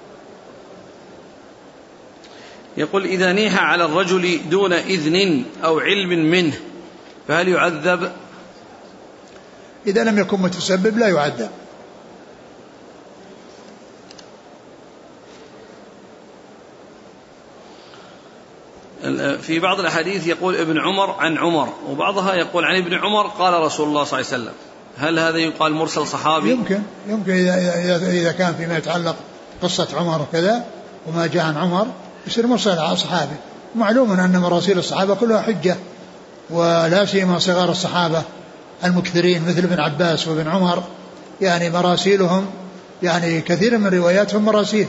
يقول: إذا نيح على الرجل دون إذن أو علم منه فهل يعذب؟ إذا لم يكن متسبب لا يعذب. في بعض الأحاديث يقول ابن عمر عن عمر، وبعضها يقول عن ابن عمر قال رسول الله صلى الله عليه وسلم. هل هذا يقال مرسل صحابي؟ يمكن إذا كان فيما يتعلق قصة عمر وكذا وما جاء عن عمر يصير مرسل على صحابي. معلوم أن مراسيل الصحابة كلها حجة، ولا سيما صغار الصحابة المكثرين مثل ابن عباس وابن عمر، يعني مراسيلهم يعني كثير من رواياتهم مراسيل.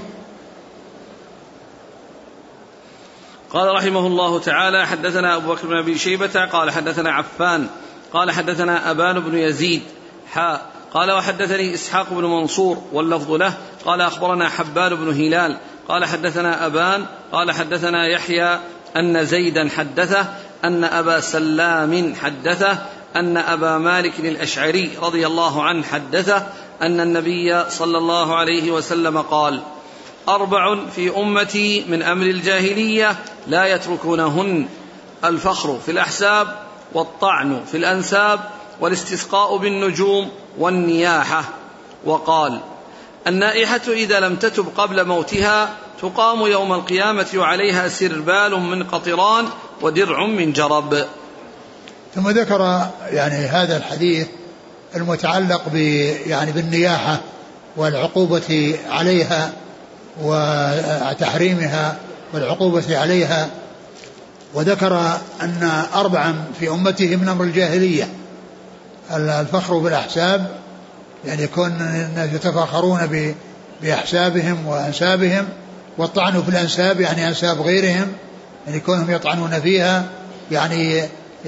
قال رحمه الله تعالى: حدثنا أبو بكر بن أبي شيبة قال حدثنا عفان قال حدثنا أبان بن يزيد قال وحدثني إسحاق بن منصور واللفظ له قال أخبرنا حبان بن هلال قال حدثنا أبان قال حدثنا يحيى أن زيدا حدثه أن أبا سلام حدثه أن أبا مالك الأشعري رضي الله عنه حدثه أن النبي صلى الله عليه وسلم قال: 4 في أمتي من أمر الجاهلية لا يتركونهن: الفخر في الأحساب، والطعن في الأنساب، والاستسقاء بالنجوم، والنياحة. وقال: النائحة إذا لم تتب قبل موتها تقام يوم القيامة وعليها سربال من قطران ودرع من جرب. ثم ذكر يعني هذا الحديث المتعلق يعني بالنياحة والعقوبة عليها وتحريمها والعقوبة عليها، وذكر أن 4 في أمته من أمر الجاهلية: الفخر بالأحساب، يعني يكون الناس يتفاخرون بأحسابهم وأنسابهم، والطعن في الأنساب يعني أنساب غيرهم، يعني كونهم يطعنون فيها، يعني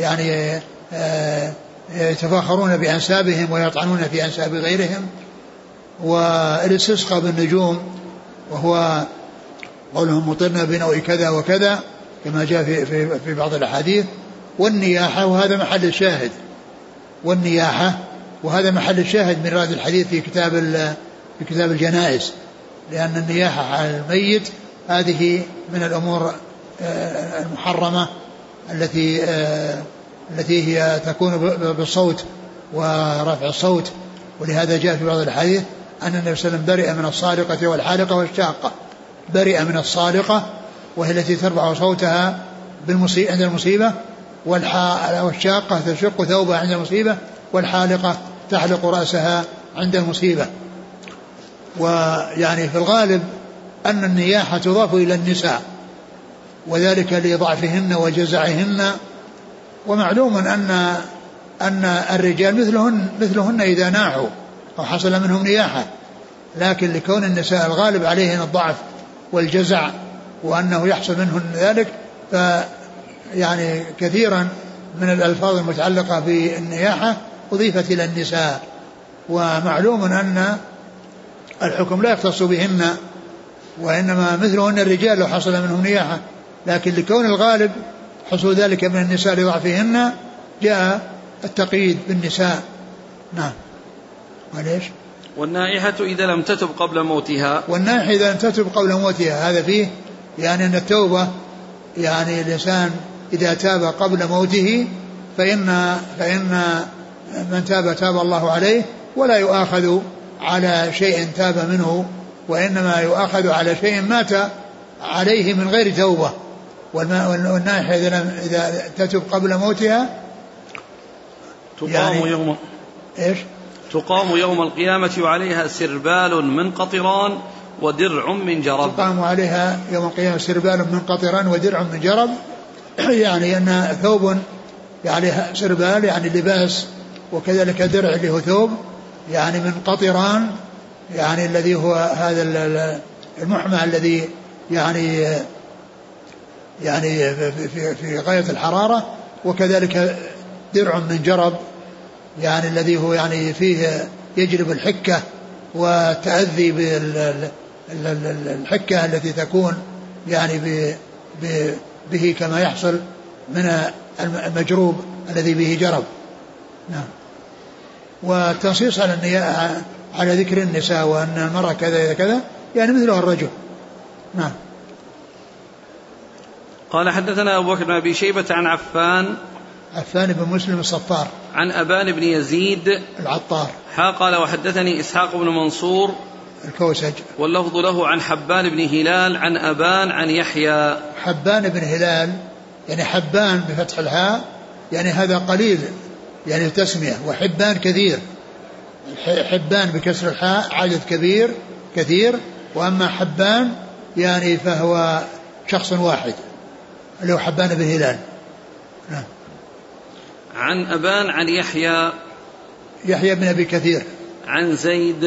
يتفاخرون بأنسابهم ويطعنون في أنساب غيرهم. والاستسقاء بالنجوم وهو قولهم مطرنا بنوء كذا وكذا كما جاء في بعض الأحاديث. والنياحة وهذا محل الشاهد، والنياحة وهذا محل الشاهد من راد الحديث في كتاب الجنائز، لأن النياحة على الميت هذه من الأمور المحرمة التي هي تكون بالصوت ورفع الصوت. ولهذا جاء في بعض الحديث أن النبي صلى الله عليه وسلم برئ من الصالقة والحالقة والشاقة. برئ من الصالقة وهي التي ترفع صوتها عند المصيبة، والشاقة تشق ثوبها عند المصيبة، والحالقة تحلق رأسها عند المصيبة. ويعني في الغالب أن النياحة تضاف إلى النساء، وذلك لضعفهن وجزعهن. ومعلوم أن الرجال مثلهن إذا ناحوا أو حصل منهم نياحة، لكن لكون النساء الغالب عليهن الضعف والجزع وأنه يحصل منهن ذلك، فيعني كثيرا من الألفاظ المتعلقة بالنياحة أضيفت إلى النساء. ومعلوم أن الحكم لا يختص بهن، وإنما مثلهن الرجال لو حصل منهم نياحة، لكن لكون الغالب حصول ذلك من النساء لضعفهن جاء التقييد بالنساء. نعم. وليش؟ والنائحة إذا لم تتب قبل موتها. والنائحة إذا لم تتب قبل موتها، هذا فيه يعني أن التوبة يعني الإنسان إذا تاب قبل موته فإن من تاب الله عليه، ولا يؤاخذ على شيء تاب منه، وإنما يؤاخذ على شيء مات عليه من غير توبة. والنائحة إذا تتب قبل موتها تقام يعني يوم إيش؟ تقام يوم القيامة وعليها سربال من قطران ودرع من جرب. تقام عليها يوم القيامة سربال من قطران ودرع من جرب، يعني أن ثوب يعني سربال يعني لباس، وكذلك درع اللي هو ثوب يعني من قطران، يعني الذي هو هذا المحمى الذي يعني في غاية الحرارة، وكذلك درع من جرب يعني الذي هو يعني فيه يجلب الحكة والتأذي الحكة التي تكون يعني به كما يحصل من المجروب الذي به جرب. نعم. والتنصيص على ذكر النساء وأن المرأة كذا كذا يعني مثله الرجل. نعم. قال حدثنا أبو بكر بن أبي شيبة عن عفان بن مسلم الصفار عن أبان بن يزيد العطار قال وحدثني إسحاق بن منصور الكوسج واللفظ له عن حبان بن هلال عن أبان عن يحيى. حبان بن هلال يعني حبان بفتح الهاء يعني هذا قليل يعني تسمية، وحبان كثير، حبان بكسر الحاء عدد كبير كثير، وأما حبان يعني فهو شخص واحد اللي هو حبان بن هلال. نعم. عن أبان عن يحيى بن أبي كثير عن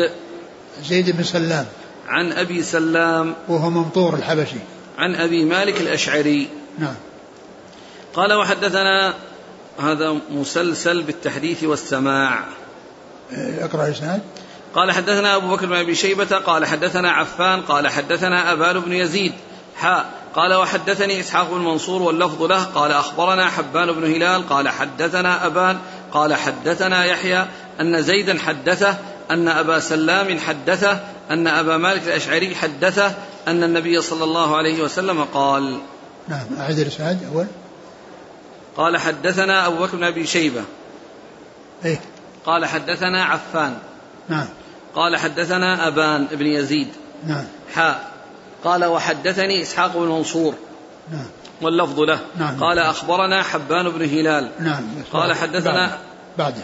زيد بن سلام عن أبي سلام وهو ممطور الحبشي عن أبي مالك الأشعري. نعم. قال وحدثنا هذا مسلسل بالتحديث والسماع. اقرأ الإسناد. قال حدثنا أبو بكر بن أبي شيبة قال حدثنا عفان قال حدثنا أبان بن يزيد قال وحدثني إسحاق بن منصور واللفظ له قال أخبرنا حبان بن هلال قال حدثنا أبان قال حدثنا يحيى أن زيدا حدثه أن أبا سلام حدثه أن أبا مالك الأشعري حدثه أن النبي صلى الله عليه وسلم قال. نعم. أعيد الإسناد أول. قال حدثنا أبو بكر بن أبي شيبة إيه؟ قال حدثنا عفان. نعم. قال حدثنا أبان بن يزيد. نعم. قال وحدثني إسحاق بن منصور. نعم. واللفظ له. نعم. قال أخبرنا حبان بن هلال. نعم. قال حدثنا بعده.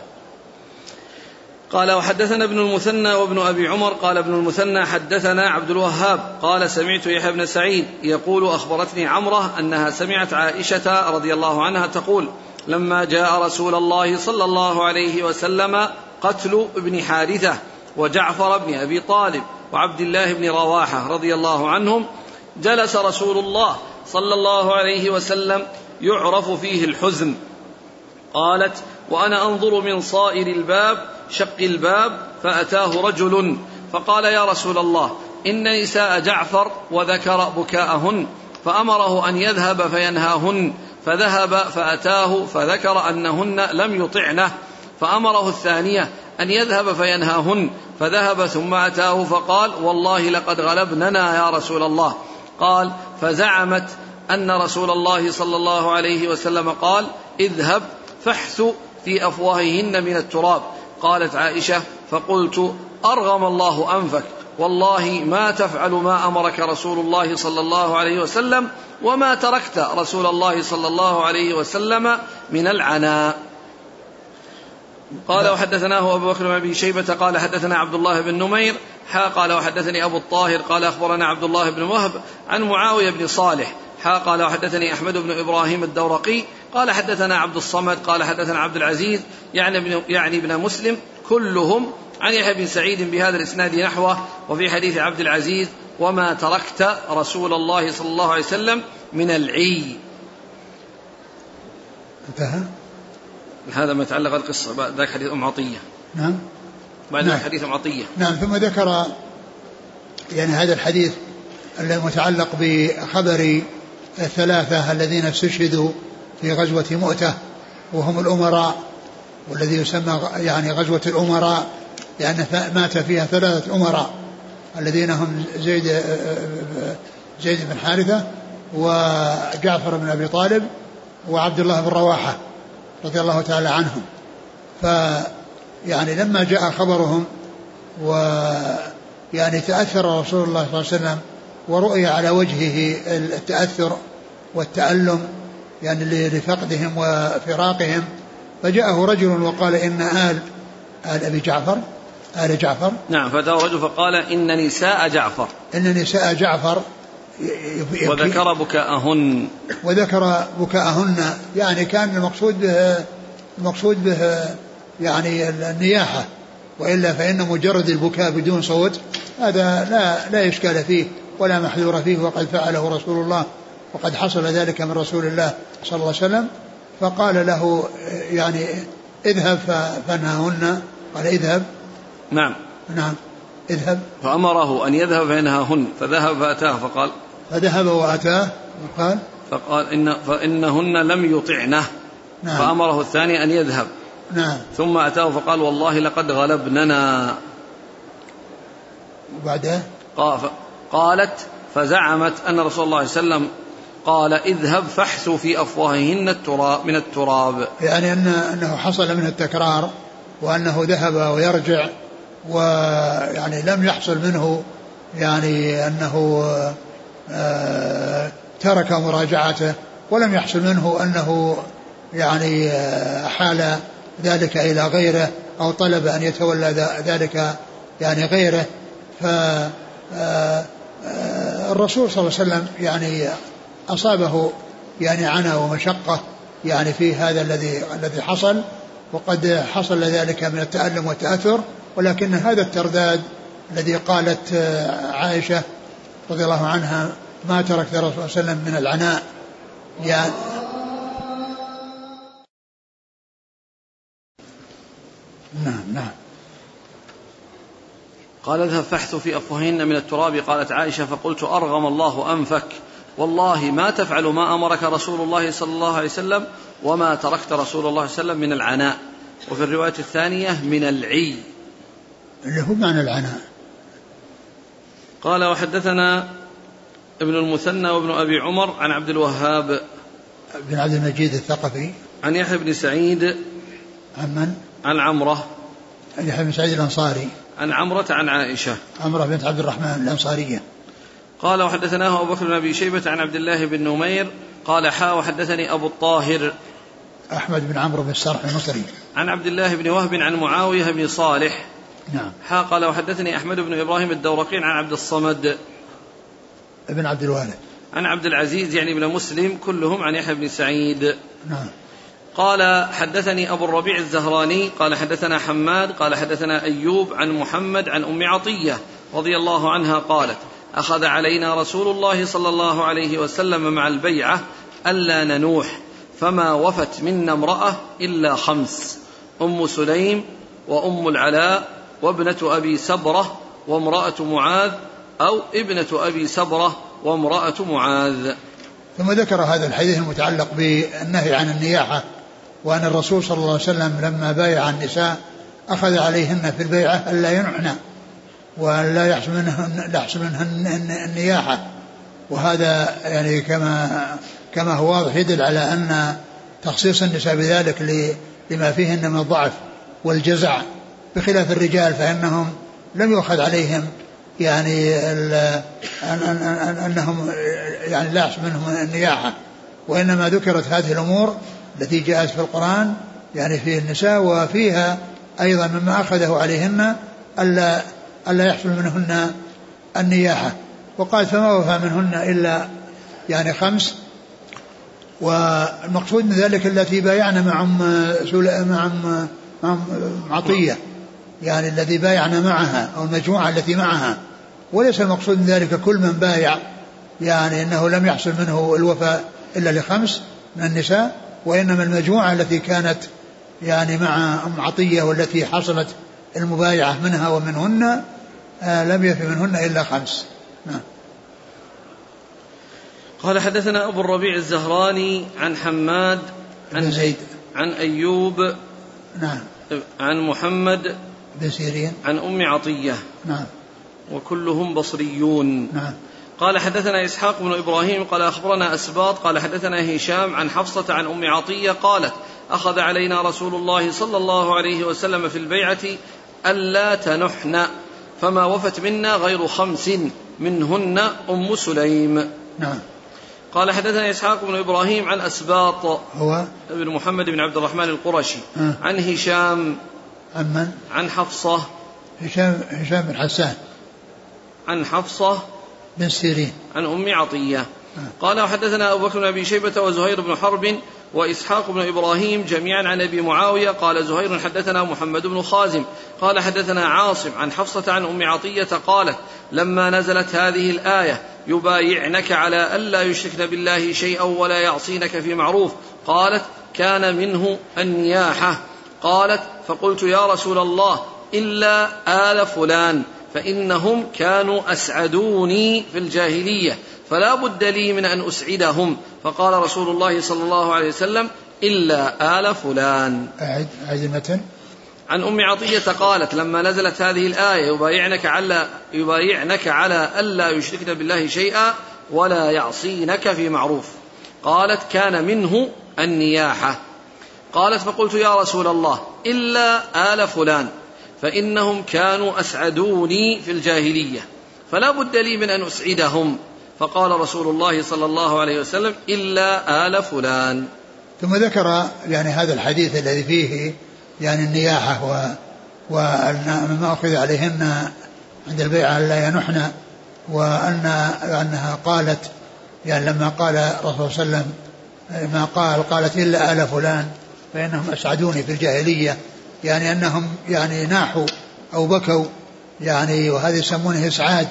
قال وحدثنا ابن المثنى وابن أبي عمر قال ابن المثنى حدثنا عبد الوهاب قال سمعت يحيى بن سعيد يقول أخبرتني عمرة أنها سمعت عائشة رضي الله عنها تقول لما جاء رسول الله صلى الله عليه وسلم قتل ابن حارثة وجعفر بن أبي طالب وعبد الله بن رواحة رضي الله عنهم جلس رسول الله صلى الله عليه وسلم يعرف فيه الحزن. قالت وأنا أنظر من صائر الباب شق الباب فأتاه رجل فقال يا رسول الله إن نساء جعفر وذكر بكاءهن فأمره أن يذهب فينهاهن فذهب فأتاه فذكر أنهن لم يطعنه فأمره الثانية أن يذهب فينهاهن فذهب ثم أتاه فقال والله لقد غلبننا يا رسول الله. قال فزعمت أن رسول الله صلى الله عليه وسلم قال اذهب فاحث في أفواههن من التراب. قالت عائشة فقلت أرغم الله أنفك والله ما تفعل ما أمرك رسول الله صلى الله عليه وسلم وما تركت رسول الله صلى الله عليه وسلم من العناء. قال وحدثناه أبو بكر بن أبي شيبة قال حدثنا عبد الله بن نمير قال وحدثني أبو الطاهر قال أخبرنا عبد الله بن وهب عن معاوية بن صالح قال وحدثني أحمد بن إبراهيم الدورقي قال حدثنا عبد الصمد قال حدثنا عبد العزيز يعني ابن مسلم كلهم عن يحيى بن سعيد بهذا الإسناد نحوه وفي حديث عبد العزيز وما تركت رسول الله صلى الله عليه وسلم من العي. انتهى. هذا ما يتعلق القصة بعد ذاك حديث أم عطية. نعم. بعد ذاك حديث أم عطية. نعم. ثم ذكر يعني هذا الحديث المتعلق بخبر الثلاثة الذين استشهدوا في غزوة مؤتة وهم الأمراء والذي يسمى يعني غزوة الأمراء لأن مات فيها 3 أمراء الذين هم زيد بن حارثة وجعفر بن أبي طالب وعبد الله بن رواحة رضي الله تعالى عنهم. فيعني لما جاء خبرهم ويعني تأثر رسول الله صلى الله عليه وسلم ورؤي على وجهه التأثر والتألم يعني لفقدهم وفراقهم فجاءه رجل وقال إن آل جعفر نعم فأتاه رجل فقال إن نساء جعفر وذكر بكاءهن يعني كان المقصود به يعني النياحة وإلا فإن مجرد البكاء بدون صوت هذا لا إشكال فيه ولا محذور فيه وقد فعله رسول الله وقد حصل ذلك من رسول الله صلى الله عليه وسلم. فقال له يعني اذهب فانهاهن قال اذهب. نعم. اذهب، فأمره أن يذهب فينهاهن، فذهب فأتاه فقال، فذهب وأتاه فقال فإنهن لم يطعنه. نعم. فأمره الثاني أن يذهب. نعم. ثم أتاه فقال والله لقد غلبننا. وبعده قالت فزعمت أن رسول الله صلى الله عليه وسلم قال اذهب فاحثوا في أفواههن التراب من التراب، يعني أنه حصل منه التكرار وأنه ذهب ويرجع، ويعني لم يحصل منه يعني أنه ترك مراجعته، ولم يحصل منه أنه يعني حال ذلك إلى غيره أو طلب أن يتولى ذلك يعني غيره. فالرسول صلى الله عليه وسلم يعني أصابه يعني عناء ومشقة يعني في هذا الذي حصل، وقد حصل ذلك من التألم والتأثر، ولكن هذا الترداد الذي قالت عائشة رضي الله عنها ما ترك الرسول صلى الله عليه وسلم من العناء يعني. نعم. قال اذهب فاحث في أفواههن من التراب. قالت عائشة فقلت أرغم الله أنفك، والله ما تفعل ما أمرك رسول الله صلى الله عليه وسلم، وما تركت رسول الله صلى الله عليه وسلم من العناء. وفي الرواية الثانية من العي اللي هو معنى العناء. قال وحدثنا ابن المثنى وابن أبي عمر عن عبد الوهاب بن عبد المجيد الثقفي عن يحيى بن سعيد عن من؟ عن عمرة، يحيى بن سعيد الأنصاري عن عمرة عن عائشة عمرة بنت عبد الرحمن الأنصارية. قال وحدثناه أبو بكر بن أبي شيبة عن عبد الله بن نمير قال وحدثني أبو الطاهر أحمد بن عمرو بن السرح المصري عن عبد الله بن وهب عن معاوية بن صالح. نعم. قال وحدثني أحمد بن إبراهيم الدورقي عن عبد الصمد ابن عبد الوارث عن عبد العزيز يعني بن مسلم كلهم عن يحيى بن سعيد. نعم. قال حدثني أبو الربيع الزهراني قال حدثنا حماد قال حدثنا أيوب عن محمد عن أم عطية رضي الله عنها قالت أخذ علينا رسول الله صلى الله عليه وسلم مع البيعة ألا ننوح، فما وفت منا امرأة إلا 5: أم سليم وأم العلاء وابنة أبي سبرة وامرأة معاذ أو ابنة أبي سبرة وامرأة معاذ. ثم ذكر هذا الحديث المتعلق بالنهي عن النياحة، وأن الرسول صلى الله عليه وسلم لما بايع النساء أخذ عليهن في البيعة ألا ينحن وأن لا يحصل منهن النياحة، وهذا يعني كما هو واضح يدل على أن تخصيص النساء بذلك لما فيهن من الضعف والجزع، بخلاف الرجال فإنهم لم يؤخذ عليهم يعني أنهم يعني لا يحصل منهم النياحة، وإنما ذكرت هذه الأمور التي جاءت في القرآن يعني في النساء، وفيها أيضا مما أخذه عليهن ألا يحصل منهن النياحة. وقال فما وفى منهن إلا يعني 5، والمقصود من ذلك التي بايعنا مع عطية يعني الذي بايعنا معها أو المجموعة التي معها، وليس المقصود من ذلك كل من بايع يعني أنه لم يحصل منه الوفاء إلا ل5 من النساء، وإنما المجموعة التي كانت يعني مع أم عطية والتي حصلت المبايعة منها ومنهن لم يفي منهن إلا 5. نعم. قال حدثنا أبو الربيع الزهراني عن حماد عن زيد عن أيوب نعم عن محمد بن سيرين عن أم عطية نعم وكلهم بصريون. نعم. قال حدثنا إسحاق بن إبراهيم قال أخبرنا أسباط قال حدثنا هشام عن حفصة عن أم عطية قالت أخذ علينا رسول الله صلى الله عليه وسلم في البيعة ألا تنحن، فما وفت منا غير 5 منهن أم سليم. نعم. قال حدثنا إسحاق بن إبراهيم عن أسباط هو ابن محمد بن عبد الرحمن القرشي عن هشام عن من؟ عن حفصة هشام بن حسان عن حفصة بن سيرين عن أم عطية. قال وحدثنا أبو بكر بن أبي شيبة وزهير بن حرب وإسحاق بن إبراهيم جميعا عن أبي معاوية. قال زهير حدثنا محمد بن خازم قال حدثنا عاصم عن حفصة عن أم عطية قالت لما نزلت هذه الآية يبايعنك على ألا يشركن بالله شيئا ولا يعصينك في معروف قالت كان منه النياحة. قالت فقلت يا رسول الله إلا آل فلان، فإنهم كانوا أسعدوني في الجاهلية فلا بد لي من أن أسعدهم. فقال رسول الله صلى الله عليه وسلم إلا آل فلان. أعد المتن. عن أم عطية قالت لما نزلت هذه الآية يبايعنك على ألا يشركن بالله شيئا ولا يعصينك في معروف، قالت كان منه النياحة. قالت فقلت يا رسول الله إلا آل فلان فإنهم كانوا أسعدوني في الجاهلية فلا بد لي من أن أسعدهم. فقال رسول الله صلى الله عليه وسلم إلا آل فلان. ثم ذكر يعني هذا الحديث الذي فيه يعني النياحة وأن ما أخذ عليهن عند البيعة لا ينحن، وأنها قالت يعني لما قال الرسول صلى الله عليه وسلم ما قالت إلا آل فلان فإنهم أسعدوني في الجاهلية، يعني أنهم يعني ناحوا أو بكوا يعني، وهذا يسمونه إسعاد،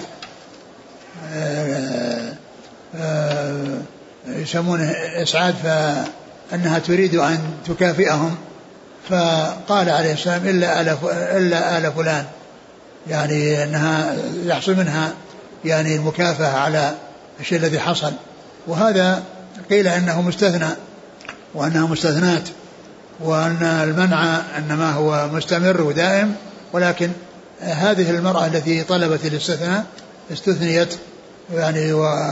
يسمونه إسعاد، فأنها تريد أن تكافئهم، فقال عليه السلام إلا آل فلان، يعني أنها يحصل منها يعني المكافأة على الشيء الذي حصل. وهذا قيل أنه مستثنى وأنها مستثنات، وأن المنع إنما هو مستمر ودائم، ولكن هذه المرأة التي طلبت الاستثناء استثنيت يعني،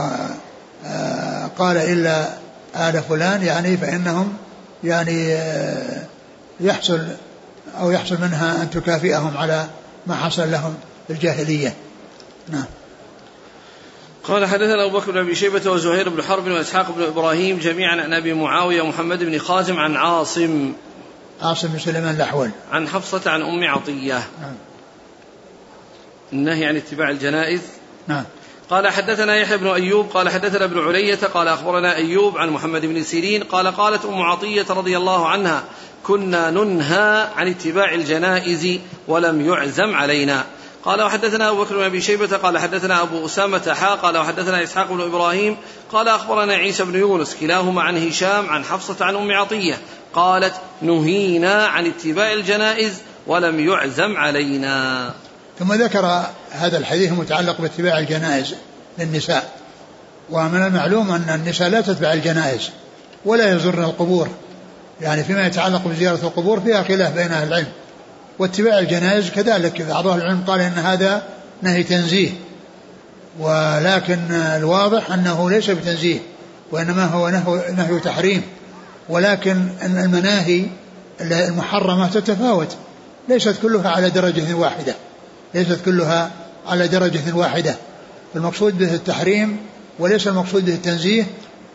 وقال إلا آل فلان يعني فإنهم يعني يحصل منها أن تكافئهم على ما حصل لهم في الجاهلية. نعم. قال حدثنا أبو بكر بن أبي شيبة وزهير بن حرب وإسحاق بن إبراهيم جميعا عن أبي معاوية ومحمد بن خازم عن عاصم بن سليمان الأحول عن حفصة عن أم عطية. نعم. النهي عن اتباع الجنائز. نعم. قال حدثنا يحيى بن أيوب قال حدثنا ابن علية قال أخبرنا أيوب عن محمد بن سيرين قال قالت أم عطية رضي الله عنها كنا ننهى عن اتباع الجنائز ولم يعزم علينا. قال وحدثنا أبو بكر بن أبي شيبة قال حدثنا أبو أسامة قال وحدثنا إسحاق بن إبراهيم قال أخبرنا عيسى بن يونس كلاهما عن هشام عن حفصة عن أم عطية قالت نهينا عن اتباع الجنائز ولم يعزم علينا. ثم ذكر هذا الحديث المتعلق باتباع الجنائز للنساء. ومن المعلوم أن النساء لا تتبع الجنائز ولا يزورن القبور، يعني فيما يتعلق بزيارة القبور فيها خلاف بين أهل العلم. واتباع الجنائز كذلك بعض أهل العلم قال إن هذا نهي تنزيه، ولكن الواضح أنه ليس بتنزيه وإنما هو نهي تحريم، ولكن المناهي المحرمة تتفاوت، ليست كلها على درجة واحدة، ليست كلها على درجة واحدة، المقصود به التحريم وليس المقصود به التنزيه.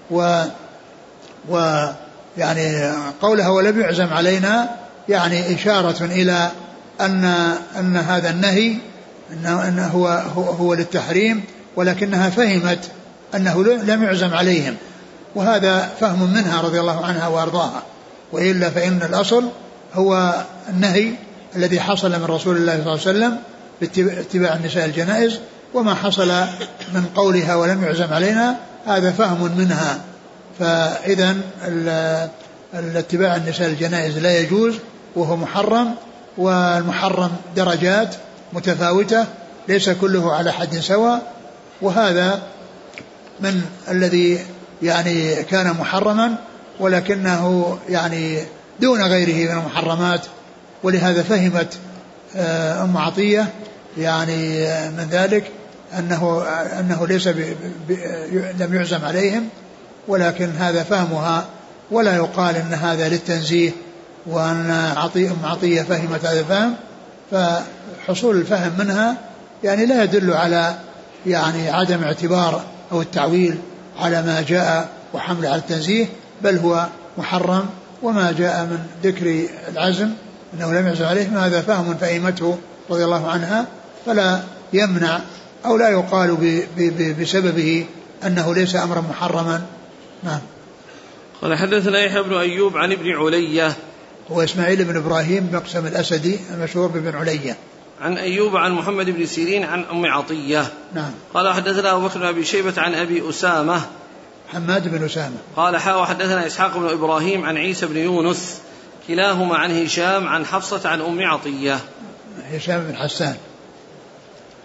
يعني قولها ولم يعزم علينا يعني إشارة إلى أن هذا النهي أنه هو للتحريم، ولكنها فهمت أنه لم يعزم عليهم، وهذا فهم منها رضي الله عنها وأرضاها. وإلا فإن الأصل هو النهي الذي حصل من رسول الله صلى الله عليه وسلم باتباع النساء الجنائز، وما حصل من قولها ولم يعزم علينا هذا فهم منها. فإذا اتباع النساء الجنائز لا يجوز وهو محرم، والمحرم درجات متفاوتة ليس كله على حد سواء، وهذا من الذي يعني كان محرما ولكنه يعني دون غيره من المحرمات. ولهذا فهمت أم عطية يعني من ذلك أنه ليس لم يعزم عليهم، ولكن هذا فهمها، ولا يقال أن هذا للتنزيه وأن أم عطية فهمت هذا الفهم. فحصول الفهم منها يعني لا يدل على يعني عدم اعتبار أو التعويل على ما جاء وحمله على التنزيه، بل هو محرم. وما جاء من ذكر العزم أنه لم يعزم عليهم هذا فهم فهمته رضي الله عنها، فلا يمنع أو لا يقال بسببه أنه ليس أمرا محرما. نعم. قال حدثنا يحيى بن أيوب عن ابن علية هو إسماعيل بن إبراهيم مقسم الأسدي المشهور بابن علية، عن أيوب عن محمد بن سيرين عن أم عطية. نعم. قال حدثنا أبو بكر بن أبي شيبة عن أبي أسامة حماد بن أسامة قال حدثنا إسحاق بن إبراهيم عن عيسى بن يونس كلاهما عن هشام عن حفصة عن أم عطية. هشام بن حسان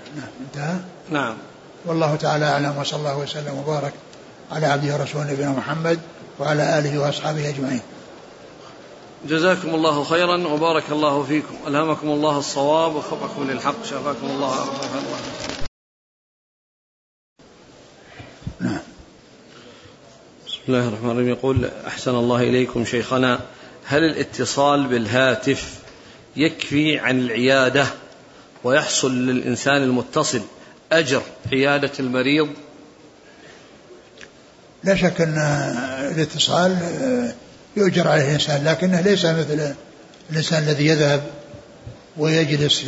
انتهى. نعم. والله تعالى أعلم، وصلى الله وسلم وبارك على عبده ورسوله نبينا محمد وعلى آله وأصحابه أجمعين. جزاكم الله خيرا وبارك الله فيكم، ألهمكم الله الصواب ووفقكم للحق، شفاكم الله. نعم. بسم الله الرحمن الرحيم. يقول: أحسن الله إليكم شيخنا، هل الاتصال بالهاتف يكفي عن العيادة ويحصل للإنسان المتصل أجر عيادة المريض؟ لا شك أن الاتصال يؤجر عليه الإنسان، لكنه ليس مثل الإنسان الذي يذهب ويجلس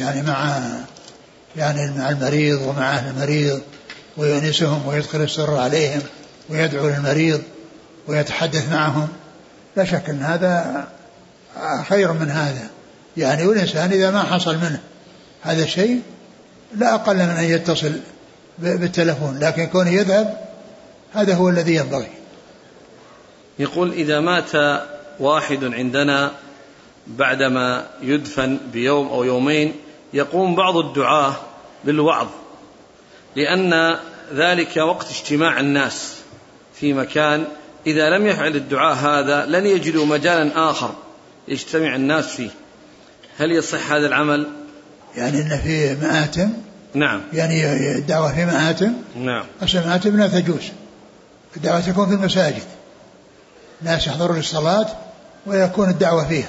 مع المريض ومع أهل المريض ويؤنسهم ويدخل السر عليهم ويدعو للمريض ويتحدث معهم. لا شك أن هذا خير من هذا، يعني والإنسان إذا ما حصل منه هذا الشيء لا أقل من أن يتصل بالتلفون، لكن كونه يذهب هذا هو الذي ينبغي. يقول: إذا مات واحد عندنا بعدما يدفن بيوم أو يومين يقوم بعض الدعاة بالوعظ، لأن ذلك وقت اجتماع الناس في مكان، إذا لم يفعل الدعاء هذا لن يجدوا مجالا آخر يجتمع الناس فيه، هل يصح هذا العمل؟ يعني أن في مآتم. نعم. يعني الدعوة في مآتم. نعم. أصل مآتم لا تجوز، الدعوة تكون في المساجد، الناس يحضرون للصلاة ويكون الدعوة فيها.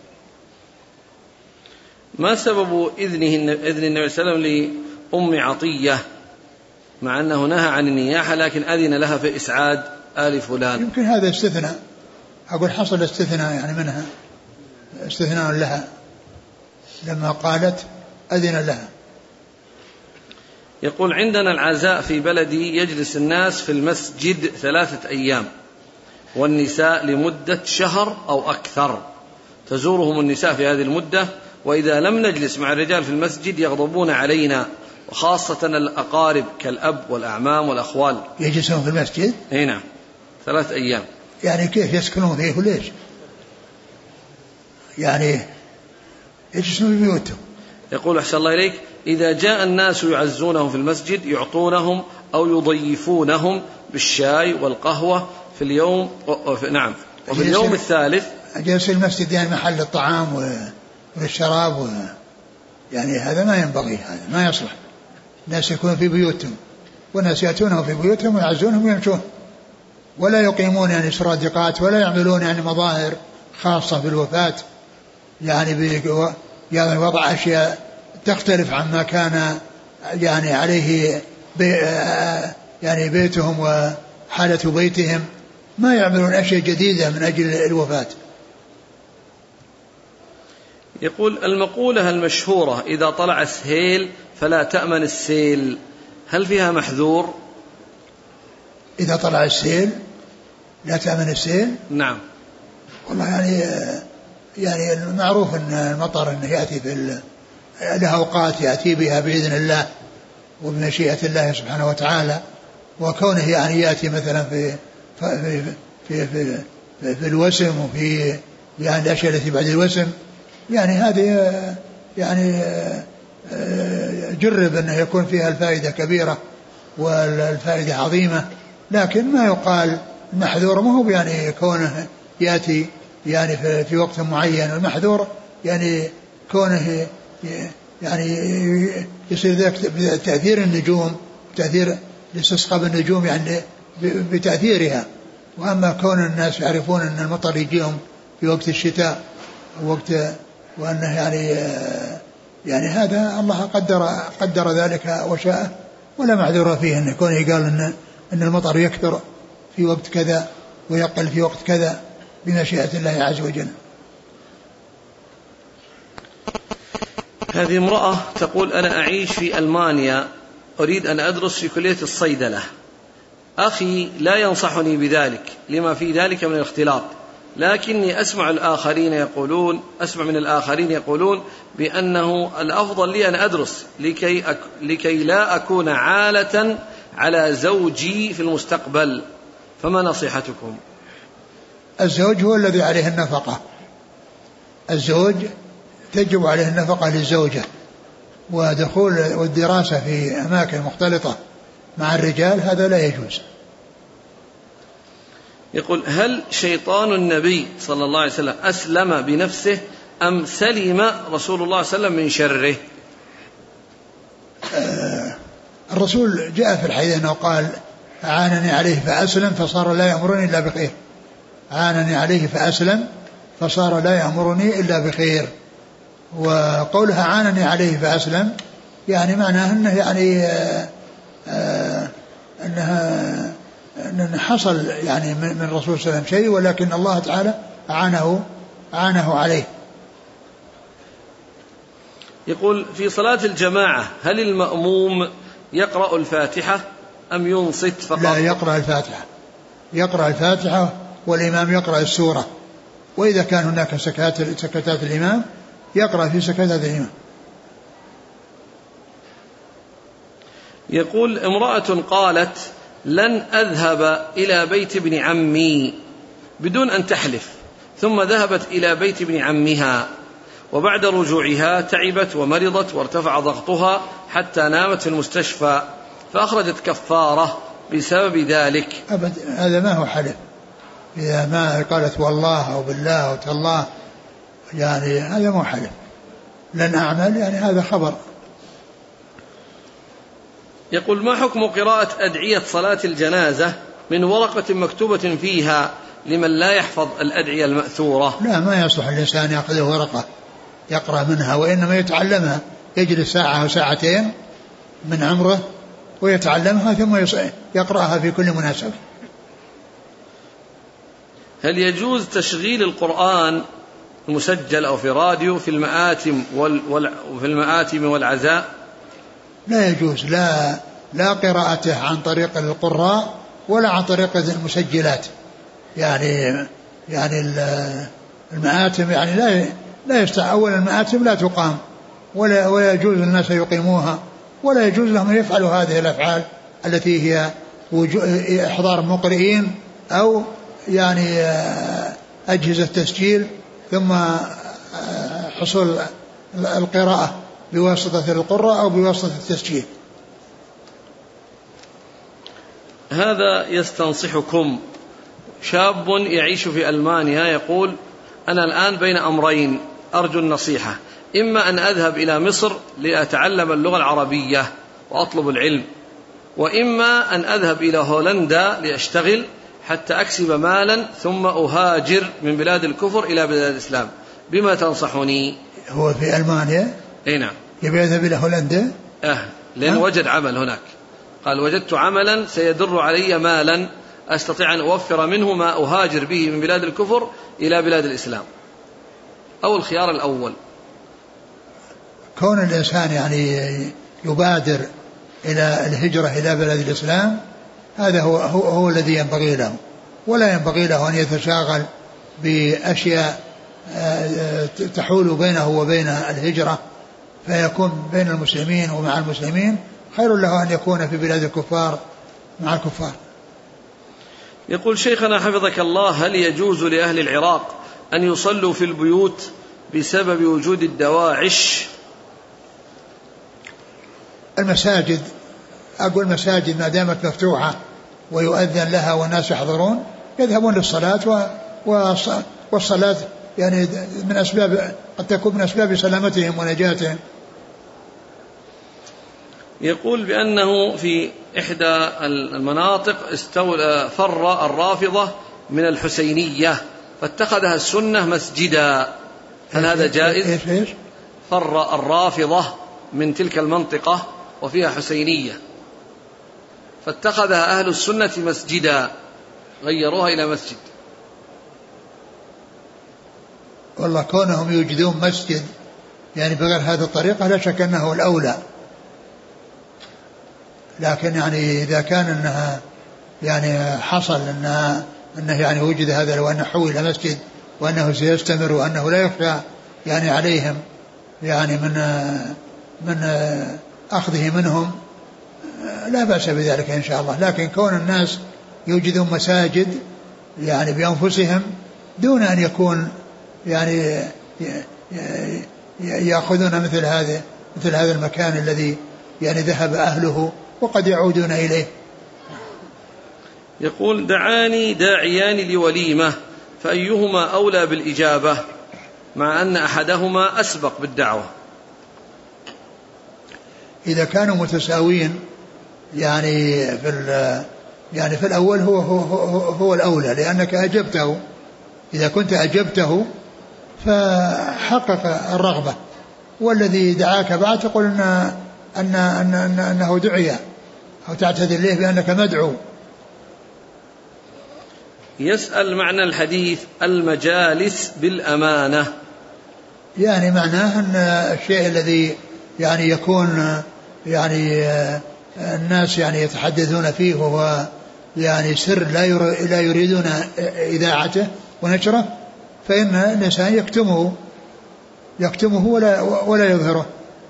ما سبب إذن النبي صلى الله عليه وسلم لأم عطية مع أنه نهى عن النياحة لكن أذن لها في إسعاد آل فلان؟ يمكن هذا استثناء، أقول حصل استثناء يعني منها، استثناء لها لما قالت أذن لها. يقول: عندنا العزاء في بلدي يجلس الناس في المسجد 3 أيام والنساء لمدة شهر أو أكثر، تزورهم النساء في هذه المدة، وإذا لم نجلس مع الرجال في المسجد يغضبون علينا، وخاصة الأقارب كالأب والأعمام والأخوال. يجلسون في المسجد؟ أي نعم، 3 أيام. يعني كيف يسكنون فيه وليش؟ يعني يجلسون في بيوتهم. يقول: أحسن الله إليك، إذا جاء الناس يعزونهم في المسجد يعطونهم أو يضيفونهم بالشاي والقهوة في اليوم نعم، وفي اليوم الثالث جلس المسجد يعني محل الطعام والشراب يعني هذا ما ينبغي، هذا ما يصلح. الناس يكونون في بيوتهم، والناس يأتونه في بيوتهم ويعزونهم ويمشون، ولا يقيمون يعني سرادقات ولا يعملون يعني مظاهر خاصة بالوفاة، يعني وضع أشياء تختلف عما كان يعني عليه يعني بيتهم وحالة بيتهم، ما يعملون أشياء جديدة من أجل الوفاة. يقول: المقولة المشهورة إذا طلع السهيل فلا تأمن السيل، هل فيها محذور؟ إذا طلع السيل لا تأمن السيل؟ نعم. والله يعني المعروف أن المطر أنه يأتي له أوقات يأتي بها بإذن الله وبمشيئة الله سبحانه وتعالى، وكونه يعني يأتي مثلا في الوسم وفي يعني الأشياء التي بعد الوسم، يعني هذه يعني جرب أنه يكون فيها الفائدة كبيرة والفائدة عظيمة، لكن ما يقال المحذور ما هو يعني كونه يأتي يعني في وقت معين، المحذور يعني كونه يعني يصير ذلك بتأثير النجوم، تأثير الاستسقاء بالنجوم يعني بتأثيرها. وأما كون الناس يعرفون أن المطر يجيهم في وقت الشتاء وأنه يعني هذا الله قدر ذلك وشاء، ولا معذور فيه أن كونه قال أن المطر يكثر في وقت كذا ويقل في وقت كذا بمشيئة الله عز وجل. هذه امرأة تقول: أنا أعيش في ألمانيا، أريد أن أدرس في كلية الصيدلة، أخي لا ينصحني بذلك لما في ذلك من الاختلاط، لكني أسمع من الآخرين يقولون بأنه الأفضل لي أن أدرس لكي لا أكون عالة على زوجي في المستقبل، فما نصيحتكم؟ الزوج هو الذي عليه النفقة، الزوج تجب عليه النفقة للزوجة، ودخول والدراسة في أماكن مختلطة مع الرجال هذا لا يجوز. يقول: هل شيطان النبي صلى الله عليه وسلم أسلم بنفسه أم سلم رسول الله صلى الله عليه وسلم من شره؟ الرسول جاء في الحديث أنه قال: عانني عليه فأسلم فصار لا يأمرني إلا بخير. عانني عليه فأسلم فصار لا يأمرني إلا بخير. وقولها عانني عليه فأسلم يعني معناه أنه يعني أنه حصل يعني من الرسول صلى الله عليه وسلم شيء، ولكن الله تعالى أعانه عليه. يقول: في صلاة الجماعة هل المأموم يقرأ الفاتحة أم ينصت فقط؟ لا، يقرأ الفاتحة والإمام يقرأ السورة، وإذا كان هناك سكتات الإمام يقرأ في سكتات الإمام. يقول: امرأة قالت: لن أذهب إلى بيت ابن عمي بدون أن تحلف، ثم ذهبت إلى بيت ابن عمها، وبعد رجوعها تعبت ومرضت وارتفع ضغطها حتى نامت في المستشفى، فأخرجت كفارة بسبب ذلك. أبد، هذا ما هو حلف. إذا ما قالت والله أو بالله أو تالله يعني هذا مو حلف. لن أعمل يعني هذا خبر. يقول: ما حكم قراءة أدعية صلاة الجنازة من ورقة مكتوبة فيها لمن لا يحفظ الأدعية المأثورة؟ لا، ما يصلح الإنسان يأخذ ورقة يقرأ منها، وإنما يتعلمها، يجلس ساعة أو ساعتين من عمره ويتعلمها ثم يقرأها في كل مناسبة. هل يجوز تشغيل القرآن المسجل أو في راديو في المآتم والعزاء؟ لا يجوز، لا قراءته عن طريق القراء ولا عن طريق المسجلات. يعني المآتم يعني لا أولا المآتم لا تقام ولا يجوز الناس يقيموها، ولا يجوز لهم أن يفعلوا هذه الأفعال التي هي إحضار مقرئين أو يعني أجهزة تسجيل ثم حصول القراءة بواسطة القراء أو بواسطة التسجيل. هذا يستنصحكم شاب يعيش في ألمانيا، يقول: أنا الآن بين أمرين أرجو النصيحة، إما أن أذهب إلى مصر لأتعلم اللغة العربية وأطلب العلم، وإما أن أذهب إلى هولندا لأشتغل حتى أكسب مالا ثم أهاجر من بلاد الكفر إلى بلاد الإسلام، بما تنصحني؟ هو في ألمانيا؟ أي نعم. يبي يذهب إلى هولندا؟ لأن وجد عمل هناك. قال: وجدت عملا سيدر علي مالا أستطيع أن أوفر منه ما أهاجر به من بلاد الكفر إلى بلاد الإسلام، أو الخيار الأول. كون الإنسان يعني يبادر إلى الهجرة إلى بلد الإسلام هذا هو الذي ينبغي له، ولا ينبغي له أن يتشاغل بأشياء تحول بينه وبين الهجرة، فيكون بين المسلمين ومع المسلمين. خير له أن يكون في بلاد الكفار مع الكفار. يقول: شيخنا حفظك الله، هل يجوز لأهل العراق أن يصلوا في البيوت بسبب وجود الدواعش؟ المساجد، أقول مساجد ما دامت مفتوحة ويؤذن لها والناس يحضرون يذهبون للصلاة، والصلاة يعني من أسباب قد تكون من أسباب سلامتهم ونجاتهم. يقول بأنه في إحدى المناطق فر الرافضة من الحسينية فاتخذها السنة مسجدا، هل هذا جائز؟ فر الرافضة من تلك المنطقة وفيها حسينية فاتخذها أهل السنة مسجدا، غيروها إلى مسجد. والله كونهم يوجدون مسجد يعني بغير هذه الطريقة لا شك أنه الأولى، لكن يعني إذا كان أنها يعني حصل أنه يعني وجد هذا وأنه حول إلى مسجد وأنه سيستمر وأنه لا يخفى يعني عليهم يعني من أخذه منهم لا بأس بذلك إن شاء الله. لكن كون الناس يوجدون مساجد يعني بأنفسهم دون أن يكون يعني يأخذون مثل مثل هذا المكان الذي يعني ذهب أهله وقد يعودون إليه. يقول دعاني داعيان لوليمة فأيهما أولى بالإجابة مع أن أحدهما أسبق بالدعوة؟ إذا كانوا متساوين يعني في الأول هو الأولى لأنك أجبته. إذا كنت أجبته فحقق الرغبة، والذي دعاك بعد تقول أنه دعي أو تعتذر له بأنك مدعو. يسأل معنى الحديث المجالس بالأمانة، يعني معناه أن الشيء الذي يعني يكون يعني الناس يعني يتحدثون فيه وهو يعني سر لا يريدون إذاعته ونشره، فإن الإنسان يكتمه ولا يظهره.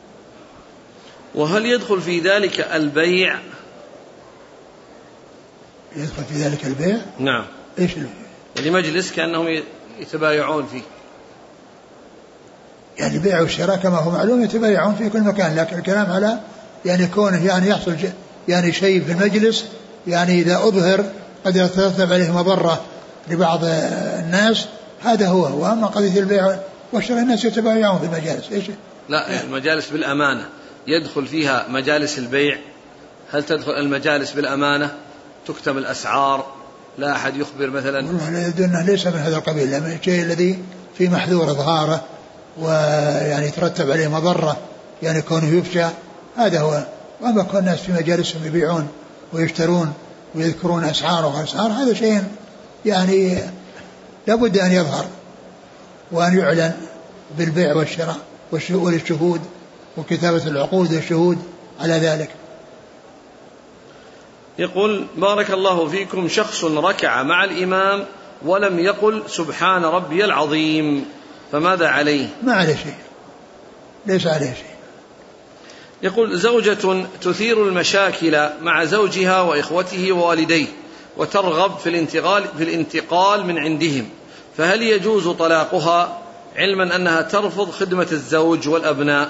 وهل يدخل في ذلك البيع؟ يدخل في ذلك البيع؟ نعم. إيش يعني مجلس كأنهم يتبايعون فيه، يعني البيع والشراء كما هو معلوم يتبايعون في كل مكان، لكن الكلام على يعني كونه يعني يحصل يعني شيء في المجلس يعني إذا أظهر قد يترتب عليه مضرة لبعض الناس، هذا هو. وأما قضية البيع والشراء الناس يتبايعون في المجالس. إيش؟ لا، المجالس بالأمانة يدخل فيها مجالس البيع. هل تدخل المجالس بالأمانة تكتب الأسعار لا أحد يخبر مثلا؟ والله ليس من هذا القبيل، لأن الشيء الذي في محذور إظهاره ويعني يترتب عليه مضرة يعني كونه يفشى، هذا هو. وأما كون الناس في مجالسهم يبيعون ويشترون ويذكرون أسعار وأسعار، هذا شيء يعني لابد أن يظهر وأن يعلن بالبيع والشراء والشهود وكتابة العقود والشهود على ذلك. يقول بارك الله فيكم، شخص ركع مع الإمام ولم يقل سبحان ربي العظيم، فماذا عليه؟ ما عليه شيء، ليس عليه شيء. يقول زوجة تثير المشاكل مع زوجها وإخوته ووالديه وترغب في الانتقال من عندهم، فهل يجوز طلاقها علما أنها ترفض خدمة الزوج والأبناء؟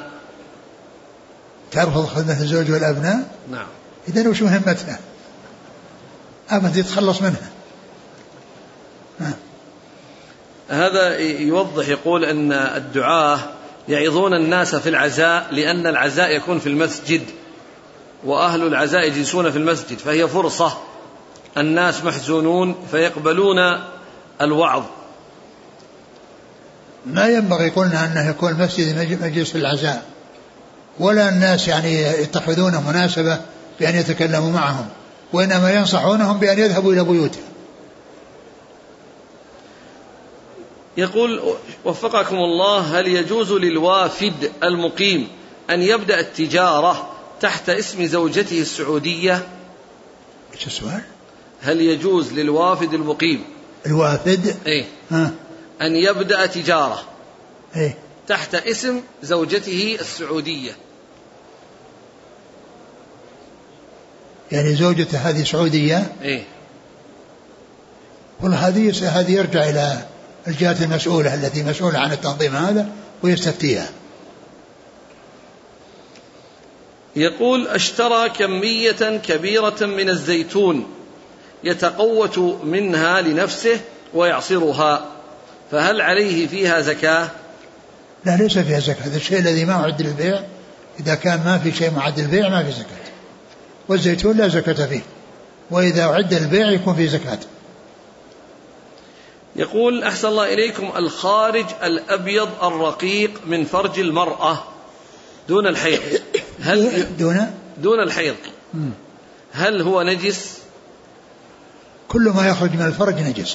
ترفض خدمة الزوج والأبناء؟ نعم. إذن وش مهمتها؟ أبد يتخلص منها. هذا يوضح، يقول أن الدعاة يعظون الناس في العزاء لأن العزاء يكون في المسجد وأهل العزاء يجلسون في المسجد، فهي فرصة، الناس محزونون فيقبلون الوعظ. ما ينبغي قلنا أنه يكون المسجد مجلس العزاء، ولا الناس يعني يتخذون مناسبة بأن يتكلموا معهم، وإنما ينصحونهم بأن يذهبوا إلى بيوتهم. يقول وفقكم الله، هل يجوز للوافد المقيم أن يبدأ التجارة تحت اسم زوجته السعودية؟ إيش السؤال؟ هل يجوز للوافد المقيم الوافد أن يبدأ تجارة تحت اسم زوجته السعودية؟ يعني زوجته هذه سعودية؟ والله هذه يرجع إلى الجهات المسؤولة التي مسؤولة عن التنظيم هذا ويستفتيها. يقول اشترى كمية كبيرة من الزيتون يتقوت منها لنفسه ويعصرها، فهل عليه فيها زكاة؟ لا، ليس فيها زكاة. هذا الشيء الذي ما أعد للبيع، إذا كان ما في شيء معد للبيع ما في زكاة، والزيتون لا زكاة فيه، وإذا أعد للبيع يكون فيه زكاة. يقول أحسن الله إليكم، الخارج الأبيض الرقيق من فرج المرأة دون الحيض، هل دون الحيض هل هو نجس؟ كل ما يخرج من الفرج نجس.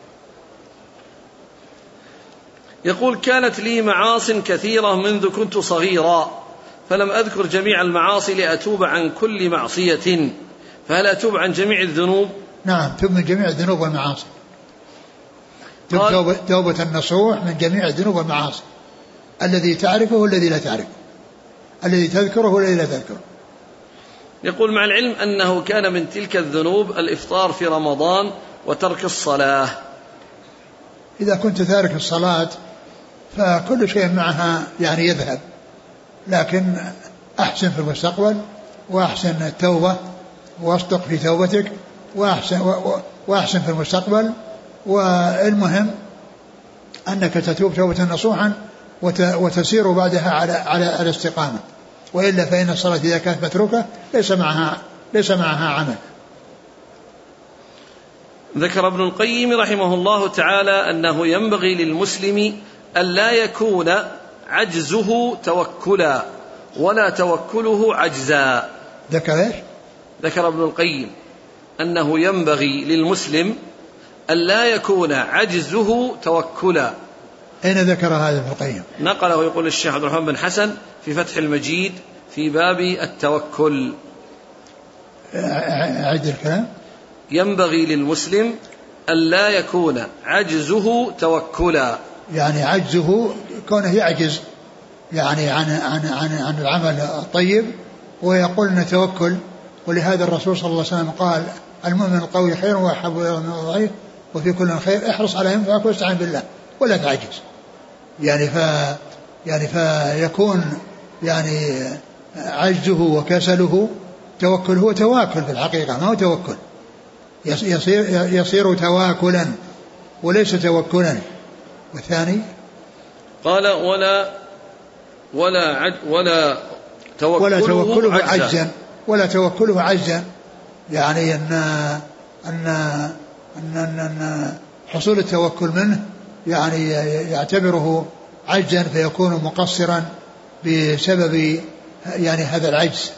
يقول كانت لي معاصٍ كثيرة منذ كنت صغيرا، فلم أذكر جميع المعاصي لأتوب عن كل معصية، فهل أتوب عن جميع الذنوب؟ نعم، تب من جميع الذنوب والمعاصي، توبة النصوح من جميع الذنوب والمعاصي، الذي تعرفه والذي لا تعرفه، الذي تذكره والذي لا تذكره. يقول مع العلم أنه كان من تلك الذنوب الإفطار في رمضان وترك الصلاة. إذا كنت تارك الصلاة فكل شيء معها يعني يذهب، لكن أحسن في المستقبل، وأحسن التوبة، واصدق في توبتك، وأحسن في المستقبل. والمهم أنك تتوب توبة نصوحا وتسير بعدها على الاستقامة، وإلا فإن الصلاة إذا كانت متروكة ليس معها عمل. ذكر ابن القيم رحمه الله تعالى أنه ينبغي للمسلم ألا يكون عجزه توكلا ولا توكله عجزا. ذكر ابن القيم أنه ينبغي للمسلم ألا يكون عجزه توكلا. أين ذكر هذا ابن القيم؟ نقله يقول الشيخ عبد الرحمن بن حسن في فتح المجيد في باب التوكل. أعد الكلام. ينبغي للمسلم ألا يكون عجزه توكلا، يعني عجزه كونه يعجز يعني عن العمل الطيب ويقول انه توكل. ولهذا الرسول صلى الله عليه وسلم قال المؤمن القوي خير وأحب إلى من الضعيف وفي كل خير، احرص على ينفعك واستعن بالله ولا تعجز. يعني فيكون يعني عجزه وكسله توكل، هو تواكل في الحقيقة، ما هو توكل، يصير تواكلا وليس توكلا. والثاني قال ولا توكله عجزا، يعني أن حصول التوكل منه يعني يعتبره عجزا فيكون مقصرا بسبب يعني هذا العجز.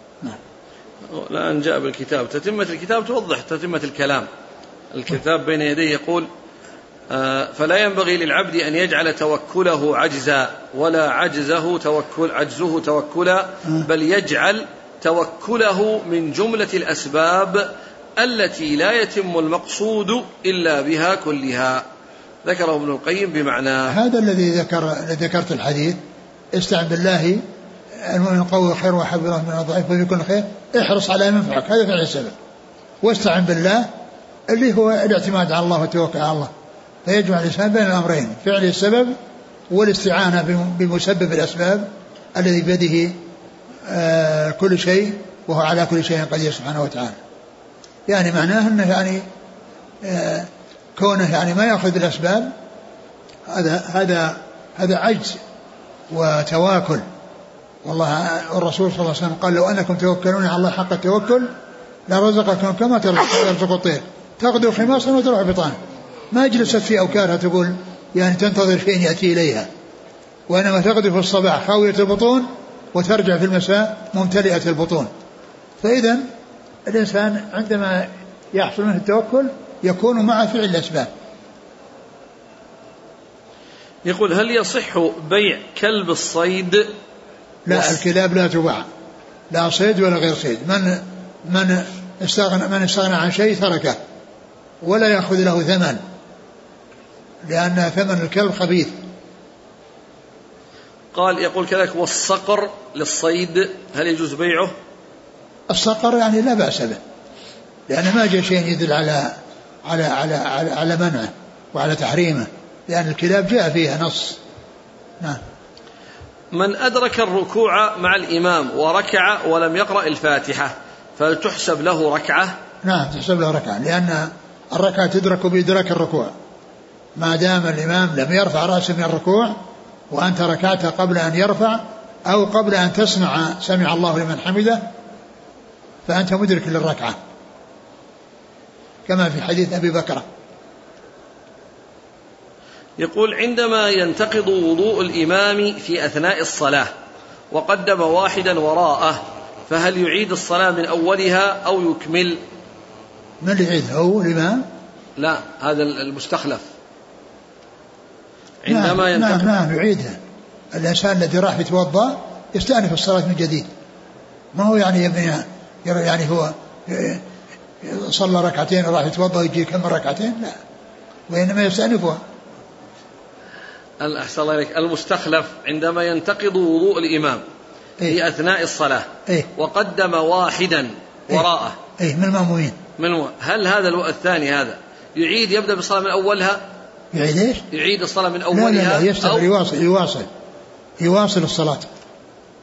الآن جاء بالكتاب تتمة الكتاب توضح تتمة الكلام. الكتاب بين يديه يقول فلا ينبغي للعبد أن يجعل توكله عجزا ولا عجزه توكلا، بل يجعل توكله من جملة الأسباب التي لا يتم المقصود إلا بها كلها. ذكره ابن القيم بمعنى هذا الذي ذكرت الحديث استعن بالله المؤمن القوي خير وأحب إلى من الضعيف وفي كل خير، احرص على منفعك، هذا فعل السبب. واستعن بالله اللي هو الاعتماد على الله والتوكل على الله، فيجمع الإنسان بين الأمرين، فعل السبب والاستعانة بمسبب الأسباب الذي بيده كل شيء وهو على كل شيء قدير سبحانه وتعالى. يعني معناه أنه يعني كونه يعني ما يأخذ الأسباب هذا عجز وتواكل. والله الرسول صلى الله عليه وسلم قال لو أنكم توكلون على الله حق التوكل لرزقكم كما ترزق الطير تغدو خماصا وتروح بطانا. ما جلست في أوكارها تقول يعني تنتظر شيء يأتي إليها، وإنما تغدو في الصباح خاوية البطون وترجع في المساء ممتلئة البطون. فإذا الإنسان عندما يحصل منه التوكل يكون مع فعل الأسباب. يقول هل يصح بيع كلب الصيد؟ لا، الكلاب لا تباع، لا صيد ولا غير صيد. من استغنى عن شيء تركه ولا يأخذ له ثمن، لأن ثمن الكلب خبيث. قال يقول كذلك والصقر للصيد هل يجوز بيعه؟ الصقر يعني لا بأس به، لأن ما جاء شيء يدل على منعه وعلى تحريمه، لأن الكلاب جاء فيها نص. نعم. من أدرك الركوع مع الإمام وركع ولم يقرأ الفاتحة فهل تحسب له ركعة؟ نعم تحسب له ركعة، لأن الركعة تدرك بإدراك الركوع، ما دام الإمام لم يرفع رأسه من الركوع وأنت ركعت قبل أن يرفع أو قبل أن تسمع سمع الله لمن حمده فأنت مدرك للركعة، كما في حديث أبي بكر. يقول عندما ينتقض وضوء الإمام في أثناء الصلاة وقدم واحدا وراءه فهل يعيد الصلاة من أولها أو يكمل؟ من اللي يعيد؟ هو الإمام؟ لا، هذا المستخلف عندما ينتقض. نعم يعيدها. الإنسان الذي راح يتوضأ يستأنف الصلاة من جديد، ما هو يعني هو صلى ركعتين وراح يتوضأ ويجي كم ركعتين، لا، وإنما يستأنفها. أحسن الله إليك. المستخلف عندما ينتقض وضوء الإمام في أثناء الصلاة وقدم واحدا وراءه من المأمومين، هل هذا الثاني هذا يعيد يبدأ بالصلاة من أولها؟ يعيد إيش؟ يعيد الصلاة من أولها؟ لا يستمر، يواصل الصلاة.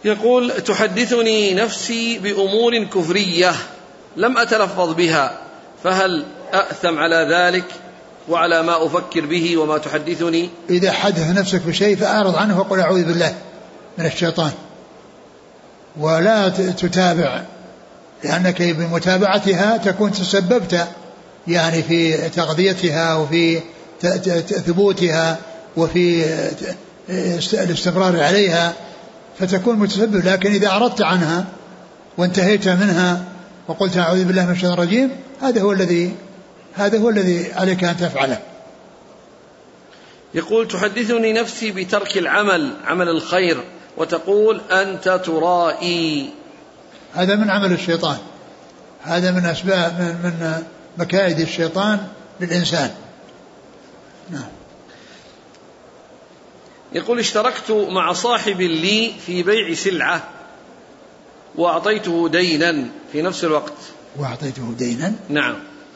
يقول: تحدثني نفسي بأمور كفرية لم أتلفظ بها، فهل أأثم على ذلك وعلى ما أفكر به وما تحدثني؟ إذا حدث نفسك بشيء فأعرض عنه وقل أعوذ بالله من الشيطان، ولا تتابع، لأنك بمتابعتها تكون تسببت يعني في تغذيتها وفي ثبوتها وفي الاستمرار عليها، فتكون متسبب. لكن إذا أعرضت عنها وانتهيت منها وقلت أعوذ بالله من الشيطان الرجيم، هذا هو الذي عليك أن تفعله. يقول: تحدثني نفسي بترك عمل الخير، وتقول أنت ترائي. هذا من عمل الشيطان، هذا من أسباب من مكائد الشيطان للإنسان. نعم. يقول: اشتركت مع صاحب لي في بيع سلعة وأعطيته دينا في نفس الوقت. وأعطيته دينا؟ نعم.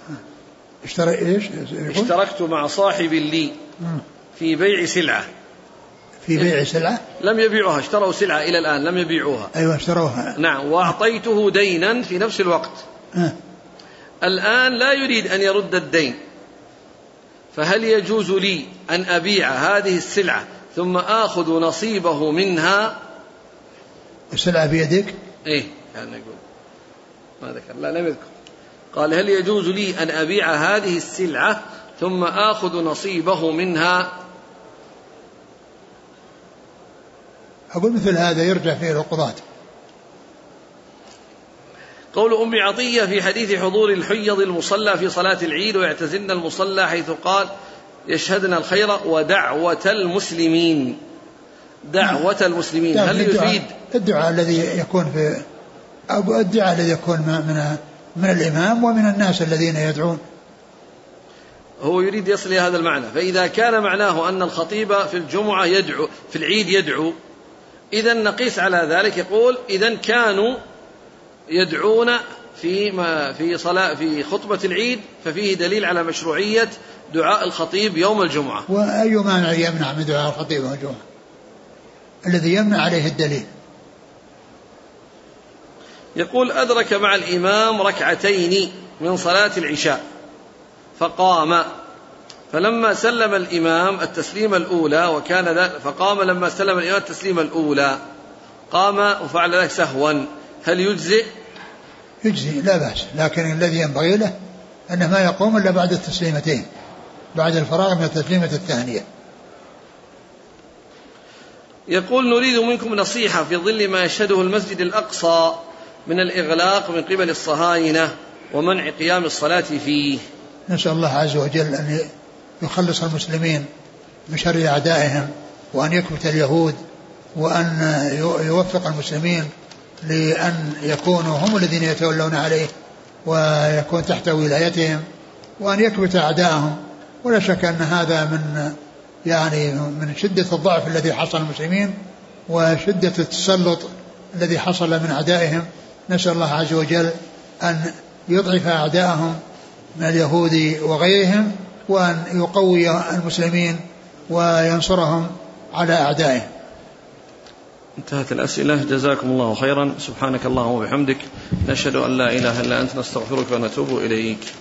اشتركت مع صاحب لي في بيع سلعة. في بيع سلعة لم يبيعوها، اشتروا سلعة إلى الآن لم يبيعوها. أيوة اشتروها. نعم. وأعطيته دينا في نفس الوقت. الآن لا يريد أن يرد الدين، فهل يجوز لي أن أبيع هذه السلعة ثم آخذ نصيبه منها؟ السلعة بيدك؟ إيه يعني يقول ما ذكر، لا لم يذكر. قال: هل يجوز لي أن أبيع هذه السلعة ثم آخذ نصيبه منها؟ أقول مثل هذا يرجع فيه القضاة. قول أم عطية في حديث حضور الحيض المصلى في صلاة العيد ويعتزلن المصلى، حيث قال: يشهدن الخير ودعوة المسلمين. دعوة المسلمين هل يفيد الدعاء الذي يكون في الدعاء الذي يكون من الإمام ومن الناس الذين يدعون؟ هو يريد يصل هذا المعنى. فإذا كان معناه أن الخطيب في الجمعة يدعو، في العيد يدعو، إذن نقيس على ذلك. يقول: إذن كانوا يدعون في خطبة العيد، ففيه دليل على مشروعية دعاء الخطيب يوم الجمعة. وأي مانع يمنع من دعاء الخطيب يوم الجمعة؟ الذي يمنع عليه الدليل. يقول: أدرك مع الإمام ركعتين من صلاة العشاء فقام، فلما سلم الإمام التسليم الأولى وكان ذلك، فقام لما سلم الإمام التسليم الأولى قام وفعل ذلك سهوا، هل يجزئ؟ يجزي لا بأس، لكن الذي ينبغي له أنه ما يقوم إلا بعد التسليمتين، بعد الفراغ من التسليمة الثانية. يقول: نريد منكم نصيحة في ظل ما يشهده المسجد الأقصى من الإغلاق من قبل الصهاينة ومنع قيام الصلاة فيه. نسأل الله عز وجل أن يخلص المسلمين من شر أعدائهم، وأن يكبت اليهود، وأن يوفق المسلمين لأن يكونوا هم الذين يتولون عليه ويكون تحت ولايتهم، وأن يكبت أعدائهم. ولا شك أن هذا من شدة الضعف الذي حصل المسلمين وشدة التسلط الذي حصل من أعدائهم. نسأل الله عز وجل أن يضعف أعدائهم من اليهود وغيرهم، وأن يقوي المسلمين وينصرهم على أعدائهم. انتهت الأسئلة. جزاكم الله خيرا. سبحانك اللهم وبحمدك، نشهد أن لا إله إلا أنت، نستغفرك ونتوب إليك.